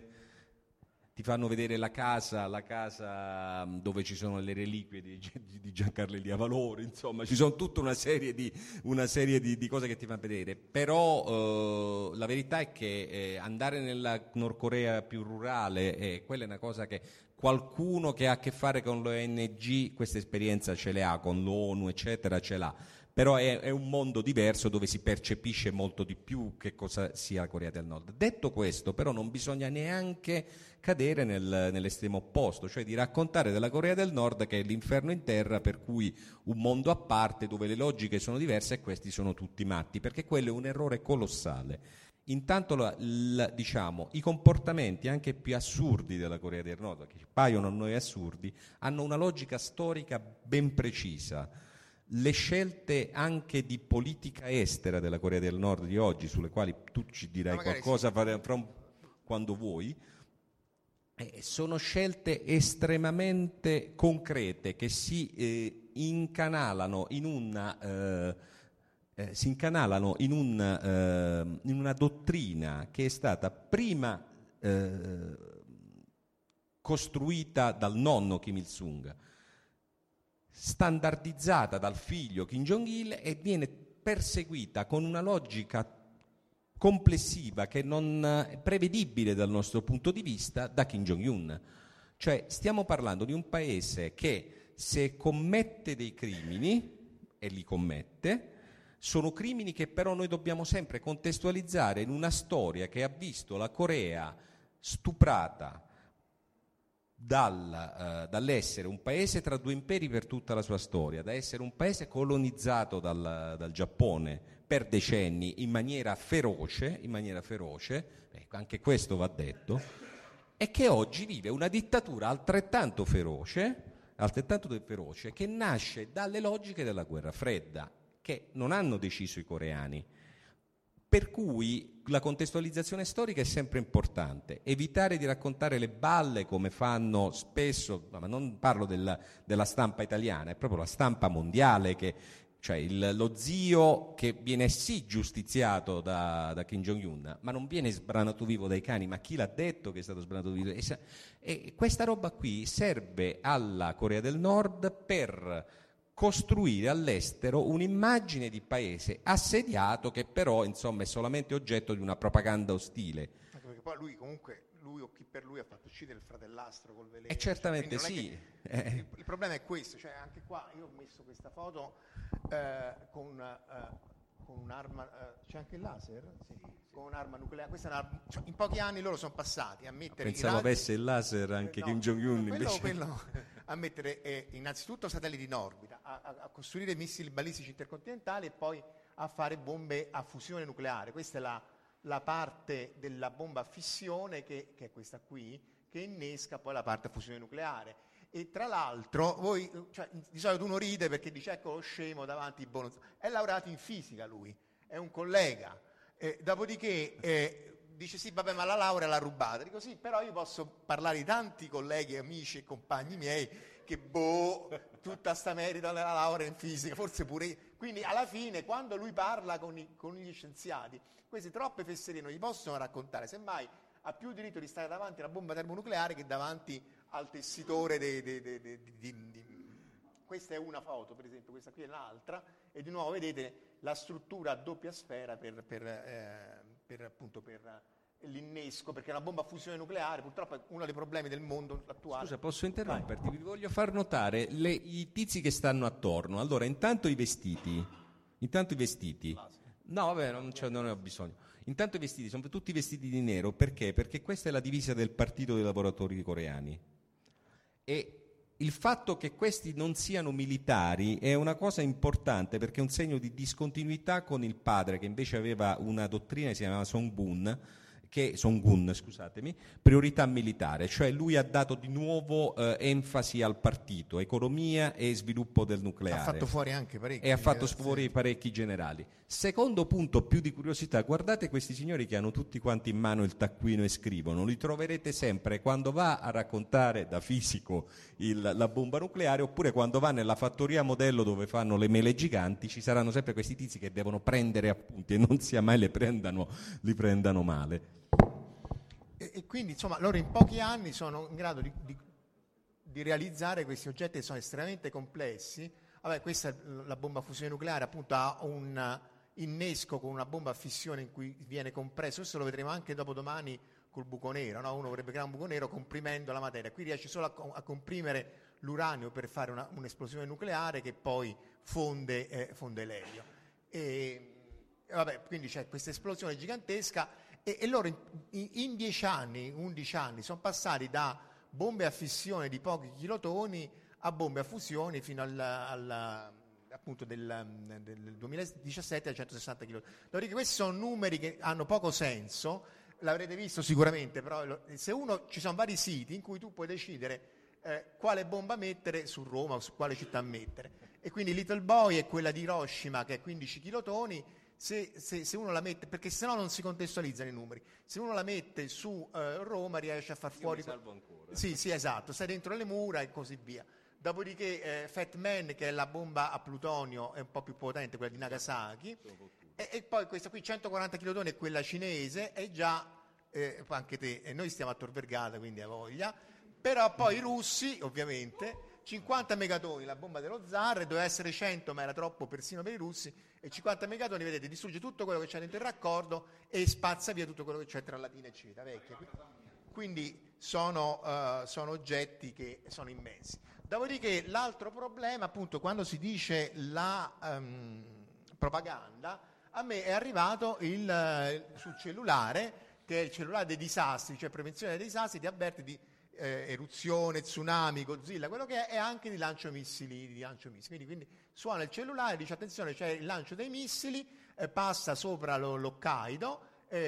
vedere la casa dove ci sono le reliquie di Giancarlo Elia Valori, insomma ci sono tutta una serie di cose che ti fanno vedere, però la verità è che andare nella Nord Corea più rurale, quella è una cosa che qualcuno che ha a che fare con l'ONG questa esperienza ce l'ha, con l'ONU eccetera ce l'ha, però è un mondo diverso dove si percepisce molto di più che cosa sia la Corea del Nord. Detto questo, però, non bisogna neanche cadere nell'estremo opposto, cioè di raccontare della Corea del Nord che è l'inferno in terra, per cui un mondo a parte dove le logiche sono diverse e questi sono tutti matti, perché quello è un errore colossale. Intanto diciamo, i comportamenti anche più assurdi della Corea del Nord, che paiono a noi assurdi, hanno una logica storica ben precisa. Le scelte anche di politica estera della Corea del Nord di oggi, sulle quali tu ci dirai qualcosa quando vuoi, sono scelte estremamente concrete che si incanalano in una si incanalano in una dottrina che è stata prima costruita dal nonno Kim Il-sung, standardizzata dal figlio Kim Jong-il e viene perseguita con una logica complessiva che non è prevedibile dal nostro punto di vista da Kim Jong-un. Cioè stiamo parlando di un paese che, se commette dei crimini, e li commette, sono crimini che però noi dobbiamo sempre contestualizzare in una storia che ha visto la Corea stuprata dall'essere un paese tra due imperi per tutta la sua storia, da essere un paese colonizzato dal Giappone per decenni in maniera feroce, anche questo va detto, e che oggi vive una dittatura altrettanto feroce che nasce dalle logiche della guerra fredda, che non hanno deciso i coreani. Per cui la contestualizzazione storica è sempre importante, evitare di raccontare le balle come fanno spesso, ma non parlo della stampa italiana, è proprio la stampa mondiale, cioè lo zio che viene sì giustiziato da Kim Jong-un, ma non viene sbranato vivo dai cani, ma chi l'ha detto che è stato sbranato vivo? E questa roba qui serve alla Corea del Nord per costruire all'estero un'immagine di paese assediato che però insomma è solamente oggetto di una propaganda ostile. Anche perché poi lui o chi per lui ha fatto uccidere il fratellastro col veleno. E certamente sì. Il problema è questo, cioè anche qua io ho messo questa foto con un'arma, c'è anche il laser? Sì. Con un'arma nucleare. Questa è cioè, in pochi anni loro sono passati a mettere Pensavo avesse il laser anche Kim Jong-un invece. Quello a mettere innanzitutto satelliti in orbita, a costruire missili balistici intercontinentali e poi a fare bombe a fusione nucleare. Questa è la parte della bomba a fissione che è questa qui, che innesca poi la parte a fusione nucleare. E tra l'altro di solito uno ride perché dice ecco lo scemo davanti ai bonus. È laureato in fisica lui, è un collega. Dopodiché dice sì vabbè ma la laurea l'ha rubata. Dico sì, però io posso parlare di tanti colleghi, amici e compagni miei che tutta sta merito nella laurea in fisica, forse pure io. Quindi alla fine quando lui parla con gli scienziati, queste troppe fesserie non gli possono raccontare, semmai ha più diritto di stare davanti alla bomba termonucleare che davanti al tessitore questa è una foto, per esempio, questa qui è l'altra, e di nuovo vedete la struttura a doppia sfera per l'innesco, perché una bomba a fusione nucleare purtroppo è uno dei problemi del mondo attuale. Scusa, posso interromperti? Vi voglio far notare i tizi che stanno attorno. Allora, intanto i vestiti. No, vabbè, non ne ho bisogno. Intanto i vestiti sono tutti vestiti di nero, perché? Perché questa è la divisa del Partito dei Lavoratori Coreani. E il fatto che questi non siano militari è una cosa importante perché è un segno di discontinuità con il padre, che invece aveva una dottrina che si chiamava Songun, priorità militare, cioè lui ha dato di nuovo enfasi al partito, economia e sviluppo del nucleare. Ha fatto fuori anche parecchi. E ha fatto fuori parecchi generali. Secondo punto, più di curiosità, guardate questi signori che hanno tutti quanti in mano il taccuino e scrivono, li troverete sempre quando va a raccontare da fisico la bomba nucleare, oppure quando va nella fattoria modello dove fanno le mele giganti, ci saranno sempre questi tizi che devono prendere appunti e non sia mai li prendano male. E quindi insomma loro in pochi anni sono in grado di realizzare questi oggetti che sono estremamente complessi. Vabbè, questa è la bomba a fusione nucleare, appunto ha un innesco con una bomba a fissione in cui viene compresso, questo lo vedremo anche dopodomani col buco nero, no? Uno vorrebbe creare un buco nero comprimendo la materia, qui riesce solo a comprimere l'uranio per fare un'esplosione nucleare che poi fonde l'elio. E vabbè, quindi c'è questa esplosione gigantesca e loro in 10 anni, 11 anni sono passati da bombe a fissione di pochi kilotoni a bombe a fusione fino appunto del 2017 a 160 kg. Dopodiché questi sono numeri che hanno poco senso, l'avrete visto sicuramente, però ci sono vari siti in cui tu puoi decidere quale bomba mettere su Roma o su quale città mettere. E quindi Little Boy è quella di Hiroshima che è 15 kilotoni, se uno la mette, perché sennò non si contestualizzano i numeri, se uno la mette su Roma riesce a far fuori... Io mi salvo ancora. Sì, esatto, stai dentro le mura e così via. Dopodiché Fat Man, che è la bomba a plutonio, è un po' più potente, quella di Nagasaki, e poi questa qui 140 kilotoni è quella cinese, è già anche te, e noi stiamo a Tor Vergata, quindi hai voglia, però poi i russi ovviamente 50 megatoni la bomba dello zar, doveva essere 100 ma era troppo persino per i russi, e 50 megatoni, vedete, distrugge tutto quello che c'è dentro il raccordo e spazza via tutto quello che c'è tra latina e civita vecchia. Quindi sono oggetti che sono immensi. Dopodiché l'altro problema, appunto, quando si dice la propaganda, a me è arrivato sul cellulare, che è il cellulare dei disastri, cioè prevenzione dei disastri, ti avverte di eruzione, tsunami, Godzilla, quello che è, e anche di lancio missili. Quindi suona il cellulare, dice attenzione, c'è il lancio dei missili, passa sopra l'Hokkaido,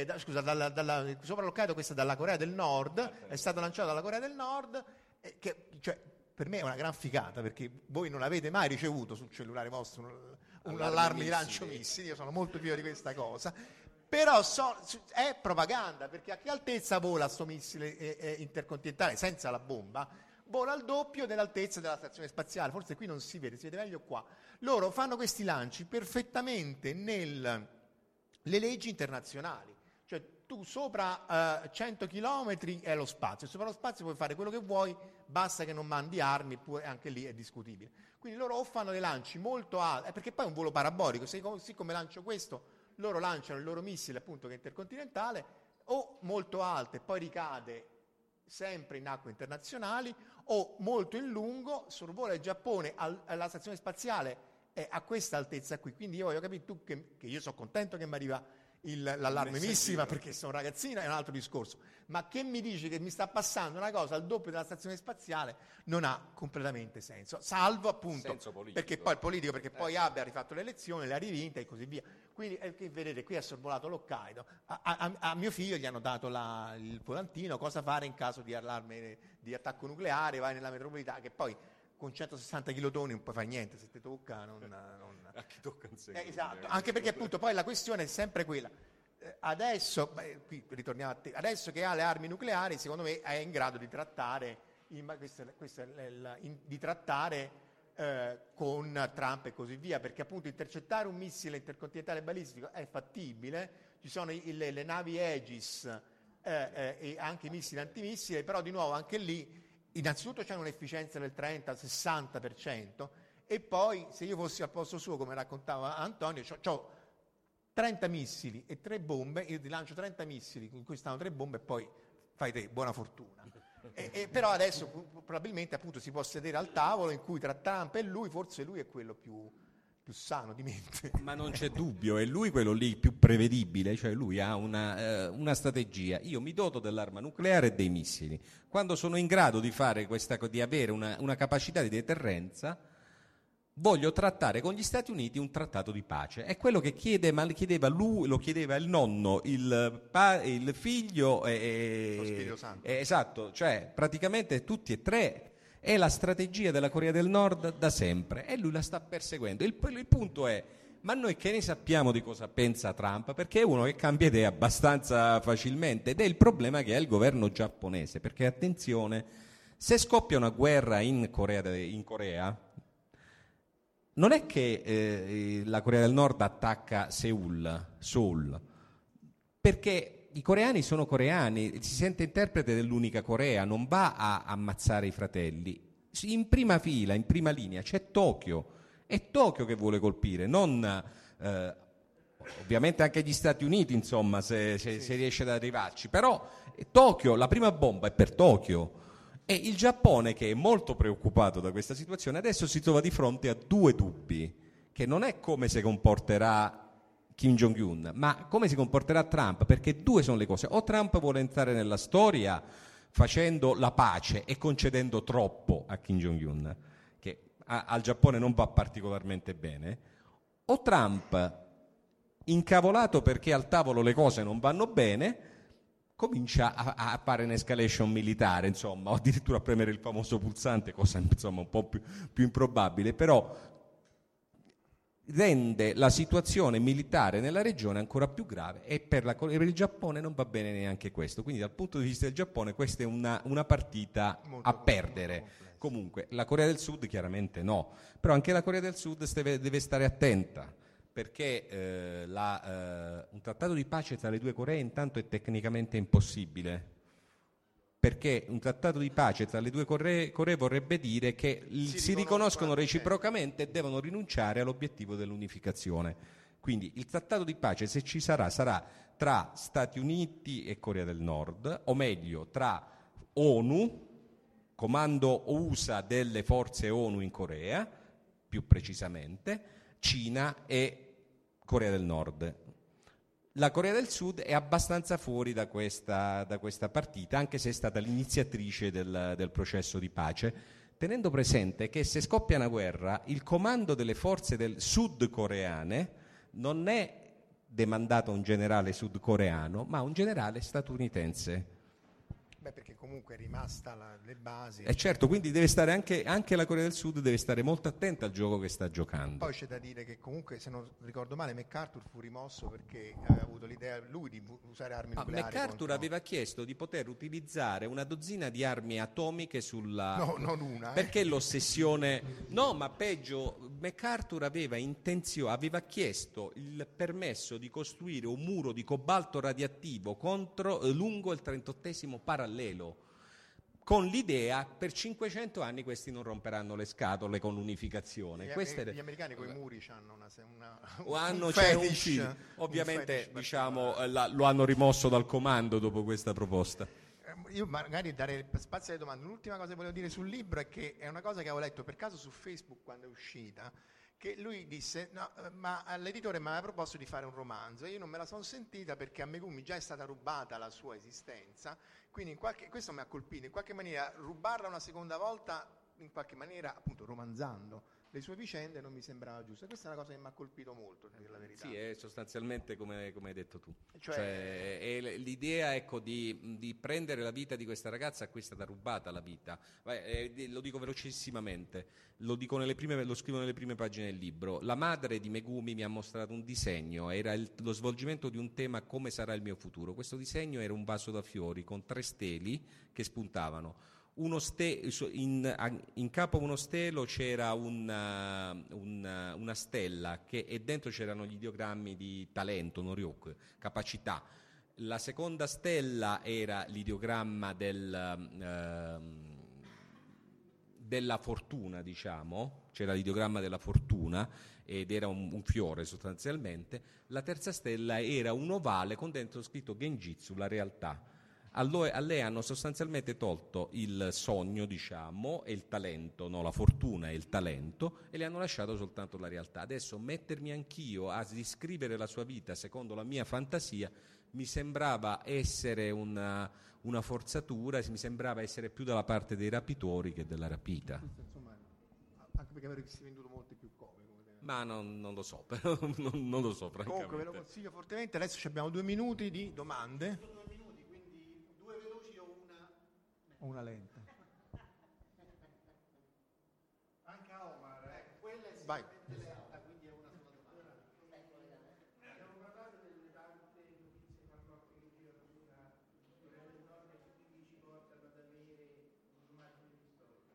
sopra l'Hokkaido, questa dalla Corea del Nord, è stato lanciato dalla Corea del Nord, cioè, per me è una gran figata, perché voi non avete mai ricevuto sul cellulare vostro un allarme di lancio missili, io sono molto fiero di questa cosa, però è propaganda, perché a che altezza vola sto missile intercontinentale senza la bomba? Vola al doppio dell'altezza della stazione spaziale, forse qui non si vede meglio qua. Loro fanno questi lanci perfettamente nelle leggi internazionali, cioè tu sopra 100 chilometri è lo spazio, sopra lo spazio puoi fare quello che vuoi, basta che non mandi armi, eppure anche lì è discutibile. Quindi loro o fanno dei lanci molto alti, perché poi è un volo parabolico, siccome lancio questo, loro lanciano il loro missile, appunto, che è intercontinentale, o molto alto e poi ricade sempre in acque internazionali, o molto in lungo, sorvola il Giappone, alla stazione spaziale è a questa altezza qui. Quindi io voglio capire, tu che io sono contento che mi arriva l'allarme missile, perché sono ragazzina, è un altro discorso, ma che mi dici che mi sta passando una cosa al doppio della stazione spaziale non ha completamente senso, salvo appunto perché poi il politico, perché poi abbia rifatto le elezioni, le ha rivinte e così via. Quindi vedete, qui ha sorvolato l'Hokkaido, a mio figlio gli hanno dato il volantino, cosa fare in caso di allarme di attacco nucleare, vai nella metropolitana, che poi con 160 kilotoni non puoi fare niente, se ti tocca a chi tocca un seguito. Esatto, anche perché appunto poi la questione è sempre quella. Adesso, qui ritorniamo a te, adesso che ha le armi nucleari, secondo me è in grado di trattare, con Trump e così via, perché appunto intercettare un missile intercontinentale balistico è fattibile, ci sono le navi Aegis e anche i missili antimissili, però di nuovo anche lì innanzitutto c'è un'efficienza del 30-60%, e poi se io fossi al posto suo, come raccontava Antonio, c'ho 30 missili e 3 bombe, io ti lancio 30 missili in cui stanno 3 bombe e poi fai te, buona fortuna. Però adesso probabilmente appunto si può sedere al tavolo in cui tra Trump e lui, forse lui è quello più sano di mente. Ma non c'è dubbio, è lui quello lì più prevedibile, cioè lui ha una strategia. Io mi doto dell'arma nucleare e dei missili. Quando sono in grado di fare di avere una capacità di deterrenza, voglio trattare con gli Stati Uniti un trattato di pace. È quello che chiedeva lui, lo chiedeva il nonno, il figlio e lo Spirito Santo. Esatto, cioè praticamente tutti e tre. È la strategia della Corea del Nord da sempre e lui la sta perseguendo. Il punto è, ma noi che ne sappiamo di cosa pensa Trump? Perché è uno che cambia idea abbastanza facilmente, ed è il problema che ha il governo giapponese, perché attenzione, se scoppia una guerra in Corea, non è che la Corea del Nord attacca Seoul, perché i coreani sono coreani, si sente interprete dell'unica Corea, non va a ammazzare i fratelli. In prima fila, in prima linea c'è Tokyo, è Tokyo che vuole colpire, non ovviamente anche gli Stati Uniti, insomma, se riesce ad arrivarci, però Tokyo, la prima bomba è per Tokyo. E il Giappone, che è molto preoccupato da questa situazione, adesso si trova di fronte a due dubbi, che non è come si comporterà Kim Jong-un, ma come si comporterà Trump, perché due sono le cose: o Trump vuole entrare nella storia facendo la pace e concedendo troppo a Kim Jong-un, che al Giappone non va particolarmente bene, o Trump, incavolato perché al tavolo le cose non vanno bene, comincia a fare un'escalation militare, insomma, o addirittura a premere il famoso pulsante, cosa insomma un po' più improbabile, però rende la situazione militare nella regione ancora più grave, e per il Giappone non va bene neanche questo. Quindi dal punto di vista del Giappone questa è una partita a perdere. Comunque la Corea del Sud chiaramente no, però anche la Corea del Sud deve stare attenta, perché un trattato di pace tra le due Coree intanto è tecnicamente impossibile, perché un trattato di pace tra le due Coree vorrebbe dire che si riconoscono reciprocamente e devono rinunciare all'obiettivo dell'unificazione. Quindi il trattato di pace, se ci sarà tra Stati Uniti e Corea del Nord, o meglio tra ONU, comando USA delle forze ONU in Corea, più precisamente, Cina e Corea del Nord. La Corea del Sud è abbastanza fuori da questa partita, anche se è stata l'iniziatrice del processo di pace, tenendo presente che se scoppia una guerra, il comando delle forze sudcoreane non è demandato a un generale sudcoreano, ma a un generale statunitense. Beh, perché comunque è rimasta le basi. E certo, quindi deve stare anche la Corea del Sud deve stare molto attenta al gioco che sta giocando. Poi c'è da dire che comunque, se non ricordo male, MacArthur fu rimosso perché aveva avuto l'idea lui di usare armi nucleari. MacArthur aveva chiesto di poter utilizzare una dozzina di armi atomiche sulla... No, non una. Perché l'ossessione... No, ma peggio, MacArthur aveva chiesto il permesso di costruire un muro di cobalto radioattivo lungo il 38° parallelo, con l'idea per 500 anni questi non romperanno le scatole con l'unificazione. Gli americani con i muri hanno un fetish. film. Ovviamente un fetish lo hanno rimosso dal comando dopo questa proposta. Io magari darei spazio alle domande. L'ultima cosa che volevo dire sul libro è che è una cosa che avevo letto per caso su Facebook quando è uscita, che lui disse ma l'editore mi aveva proposto di fare un romanzo, io non me la sono sentita perché a Megumi già è stata rubata la sua esistenza, quindi questo mi ha colpito, in qualche maniera rubarla una seconda volta, in qualche maniera appunto romanzando le sue vicende, non mi sembrava giusto. Questa è una cosa che mi ha colpito molto, per dire la verità. Sì, è sostanzialmente come hai detto tu. Cioè è l'idea, ecco, di prendere la vita di questa ragazza a cui è stata rubata la vita. Lo dico velocissimamente, lo scrivo nelle prime pagine del libro. La madre di Megumi mi ha mostrato un disegno, era lo svolgimento di un tema: come sarà il mio futuro. Questo disegno era un vaso da fiori con 3 steli che spuntavano. In capo a uno stelo c'era una stella e dentro c'erano gli ideogrammi di talento, Noryuk, capacità. La seconda stella era l'ideogramma della fortuna, diciamo, c'era l'ideogramma della fortuna ed era un fiore sostanzialmente. La terza stella era un ovale con dentro scritto Genjitsu, la realtà. A lei hanno sostanzialmente tolto il sogno, diciamo, e il talento, no, la fortuna e il talento, e le hanno lasciato soltanto la realtà. Adesso mettermi anch'io a riscrivere la sua vita secondo la mia fantasia mi sembrava essere una forzatura, mi sembrava essere più dalla parte dei rapitori che della rapita. Insomma, anche perché avresti venduto molti più copie. Ma non lo so, però non lo so, francamente. Comunque ve lo consiglio fortemente. Adesso abbiamo 2 minuti di domande. Una lenta. Anche a Omar, quella è vai. Quindi è una sola domanda. Abbiamo parlato delle tante notizie farlocche che girano sulla Corea del Nord e quindi ci portano ad avere un'immagine storica.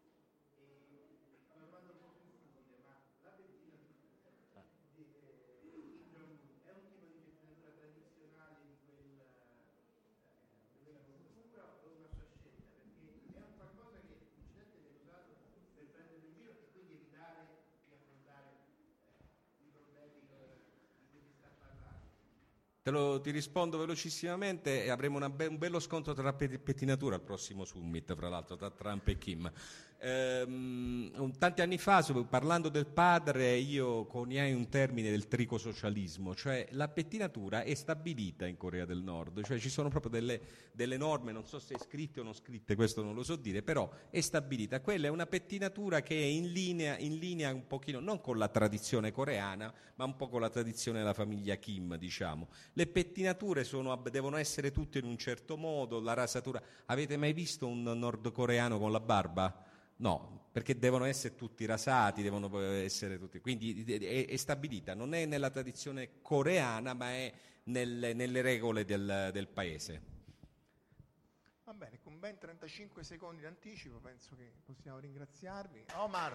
E una domanda un po' più fluida, ma la pettinatura di Kim Jong-un è un tipo di pettinatura tradizionale di quella cultura o una sua scelta? Perché è un qualcosa che l'Occidente viene usato per prendere in giro e quindi evitare di affrontare i problemi di cui si sta parlando. Ti rispondo velocissimamente e avremo un bello scontro tra pettinatura al prossimo summit, fra l'altro, tra Trump e Kim. Tanti anni fa, parlando del padre, io coniai un termine del tricosocialismo, cioè la pettinatura è stabilita in Corea del Nord, cioè ci sono proprio delle norme, non so se scritte o non scritte, questo non lo so dire, però è stabilita. Quella è una pettinatura che è in linea un pochino, non con la tradizione coreana, ma un po' con la tradizione della famiglia Kim, diciamo. Le pettinature devono essere tutte in un certo modo, la rasatura. Avete mai visto un nordcoreano con la barba? No, perché devono essere tutti rasati, devono essere tutti. Quindi è stabilita, non è nella tradizione coreana, ma è nelle regole del paese. Va bene, con ben 35 secondi d'anticipo penso che possiamo ringraziarvi. Omar,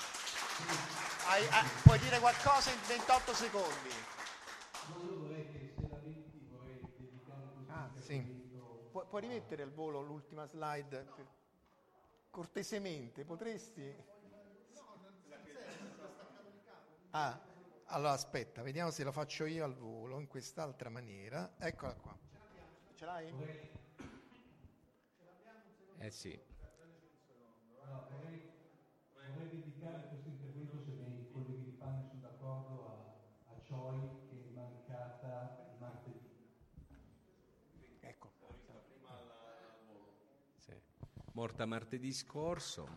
puoi dire qualcosa in 28 secondi? Io vorrei che se la metti vorrei dedicare questo Sì. intervento. Puoi rimettere al volo l'ultima slide? Cortesemente, potresti? Allora aspetta, vediamo se lo faccio io al volo in quest'altra maniera. Eccola qua. Ce l'hai? Sì. No, vorrei dedicare questo intervento, se i miei colleghi di panel sono d'accordo, a Choi, che è mancata martedì. Ecco. Sì. Morta martedì scorso.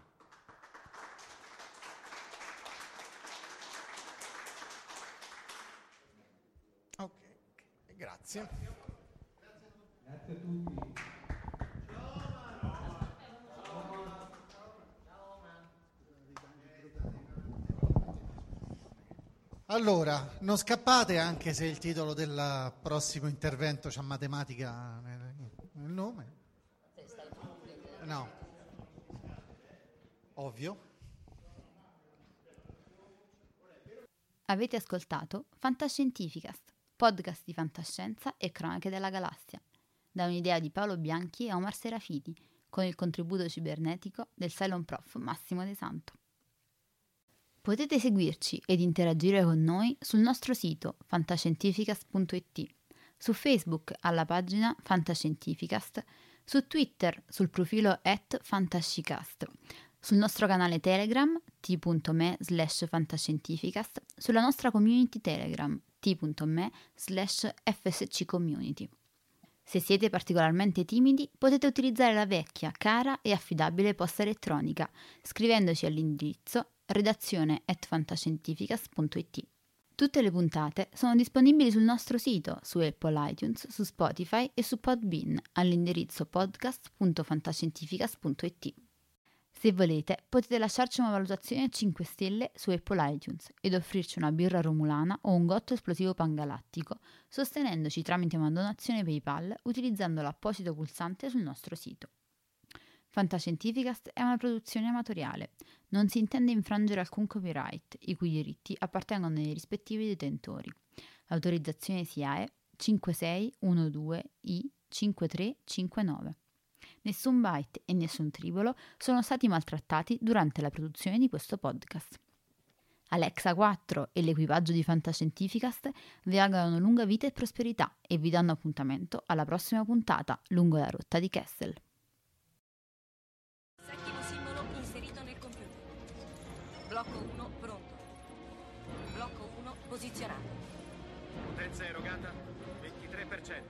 Ok, grazie. Grazie a tutti. Allora, non scappate anche se il titolo del prossimo intervento c'ha matematica nel nome. No. Ovvio. Avete ascoltato Fantascientificast, podcast di fantascienza e cronache della galassia, da un'idea di Paolo Bianchi e Omar Serafiti, con il contributo cibernetico del Cylon Prof Massimo De Santo. Potete seguirci ed interagire con noi sul nostro sito fantascientificast.it, su Facebook alla pagina Fantascientificast, su Twitter sul profilo @fantascicast, sul nostro canale Telegram t.me/fantascientificast, sulla nostra community Telegram t.me/fsccommunity. Se siete particolarmente timidi, potete utilizzare la vecchia, cara e affidabile posta elettronica, scrivendoci all'indirizzo redazione@fantascientificast.it. Tutte le puntate sono disponibili sul nostro sito, su Apple iTunes, su Spotify e su Podbean all'indirizzo podcast.fantascientificast.it. Se volete, potete lasciarci una valutazione a 5 stelle su Apple iTunes ed offrirci una birra romulana o un gotto esplosivo pangalattico, sostenendoci tramite una donazione PayPal utilizzando l'apposito pulsante sul nostro sito. Fantascientificast è una produzione amatoriale. Non si intende infrangere alcun copyright, i cui diritti appartengono ai rispettivi detentori. Autorizzazione SIAE 5612I5359. Nessun byte e nessun tribolo sono stati maltrattati durante la produzione di questo podcast. Alexa 4 e l'equipaggio di Fantascientificast vi augurano lunga vita e prosperità e vi danno appuntamento alla prossima puntata lungo la rotta di Kessel. Settimo simbolo inserito nel computer. Blocco 1 pronto. Blocco 1 posizionato. Potenza erogata 23%.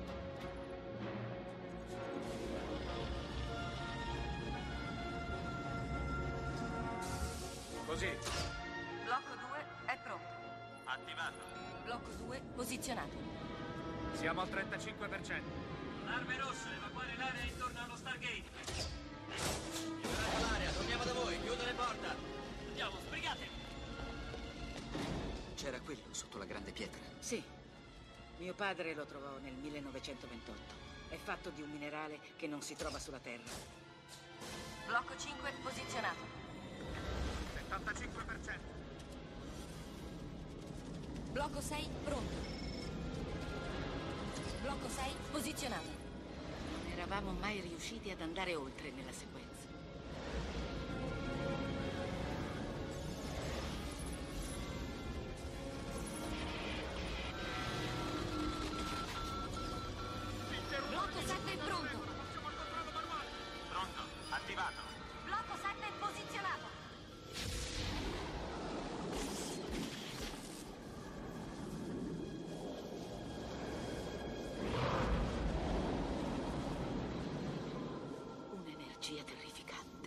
Così. Blocco 2 è pronto. Attivato. Blocco 2 posizionato. Siamo al 35%. Arme rosse, evacuare l'area intorno allo Stargate. Liberate l'area, torniamo da voi, chiudo le porte. Andiamo, sbrigate. C'era quello sotto la grande pietra. Sì. Mio padre lo trovò nel 1928. È fatto di un minerale che non si trova sulla Terra. Blocco 5 posizionato. 75%. Blocco 6 pronto. Blocco 6 posizionato. Non eravamo mai riusciti ad andare oltre nella sequenza. Blocco 7 pronto. Pronto, attivato. Blocco 7 posizionato. Un'energia terrificante.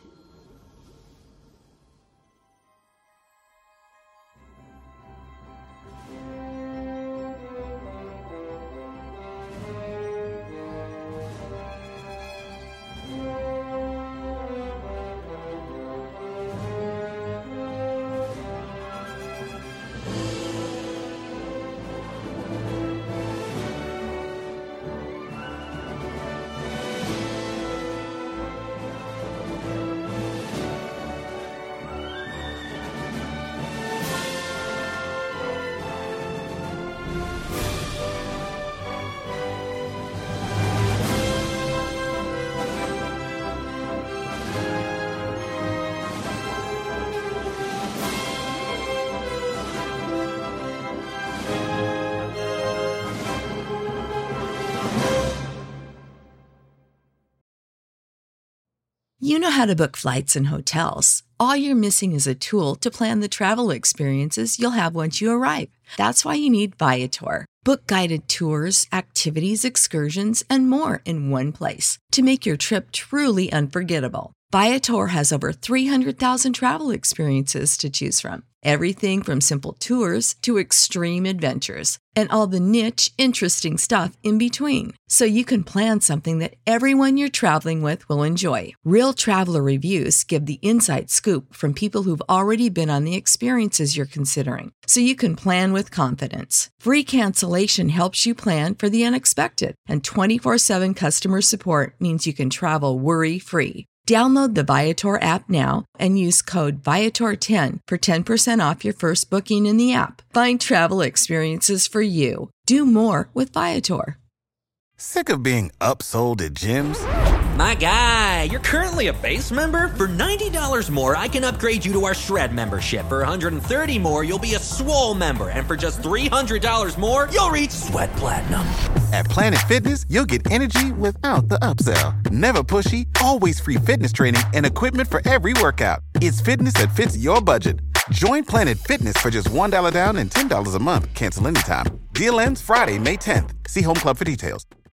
You know how to book flights and hotels. All you're missing is a tool to plan the travel experiences you'll have once you arrive. That's why you need Viator. Book guided tours, activities, excursions, and more in one place to make your trip truly unforgettable. Viator has over 300,000 travel experiences to choose from. Everything from simple tours to extreme adventures and all the niche, interesting stuff in between. So you can plan something that everyone you're traveling with will enjoy. Real traveler reviews give the inside scoop from people who've already been on the experiences you're considering. So you can plan with confidence. Free cancellation helps you plan for the unexpected. And 24/7 customer support means you can travel worry-free. Download the Viator app now and use code Viator10 for 10% off your first booking in the app. Find travel experiences for you. Do more with Viator. Sick of being upsold at gyms? My guy, you're currently a base member? For $90 more, I can upgrade you to our Shred membership. For $130 more, you'll be a Swole member. And for just $300 more, you'll reach Sweat Platinum. At Planet Fitness, you'll get energy without the upsell. Never pushy, always free fitness training and equipment for every workout. It's fitness that fits your budget. Join Planet Fitness for just $1 down and $10 a month. Cancel anytime. Deal ends Friday, May 10th. See Home Club for details.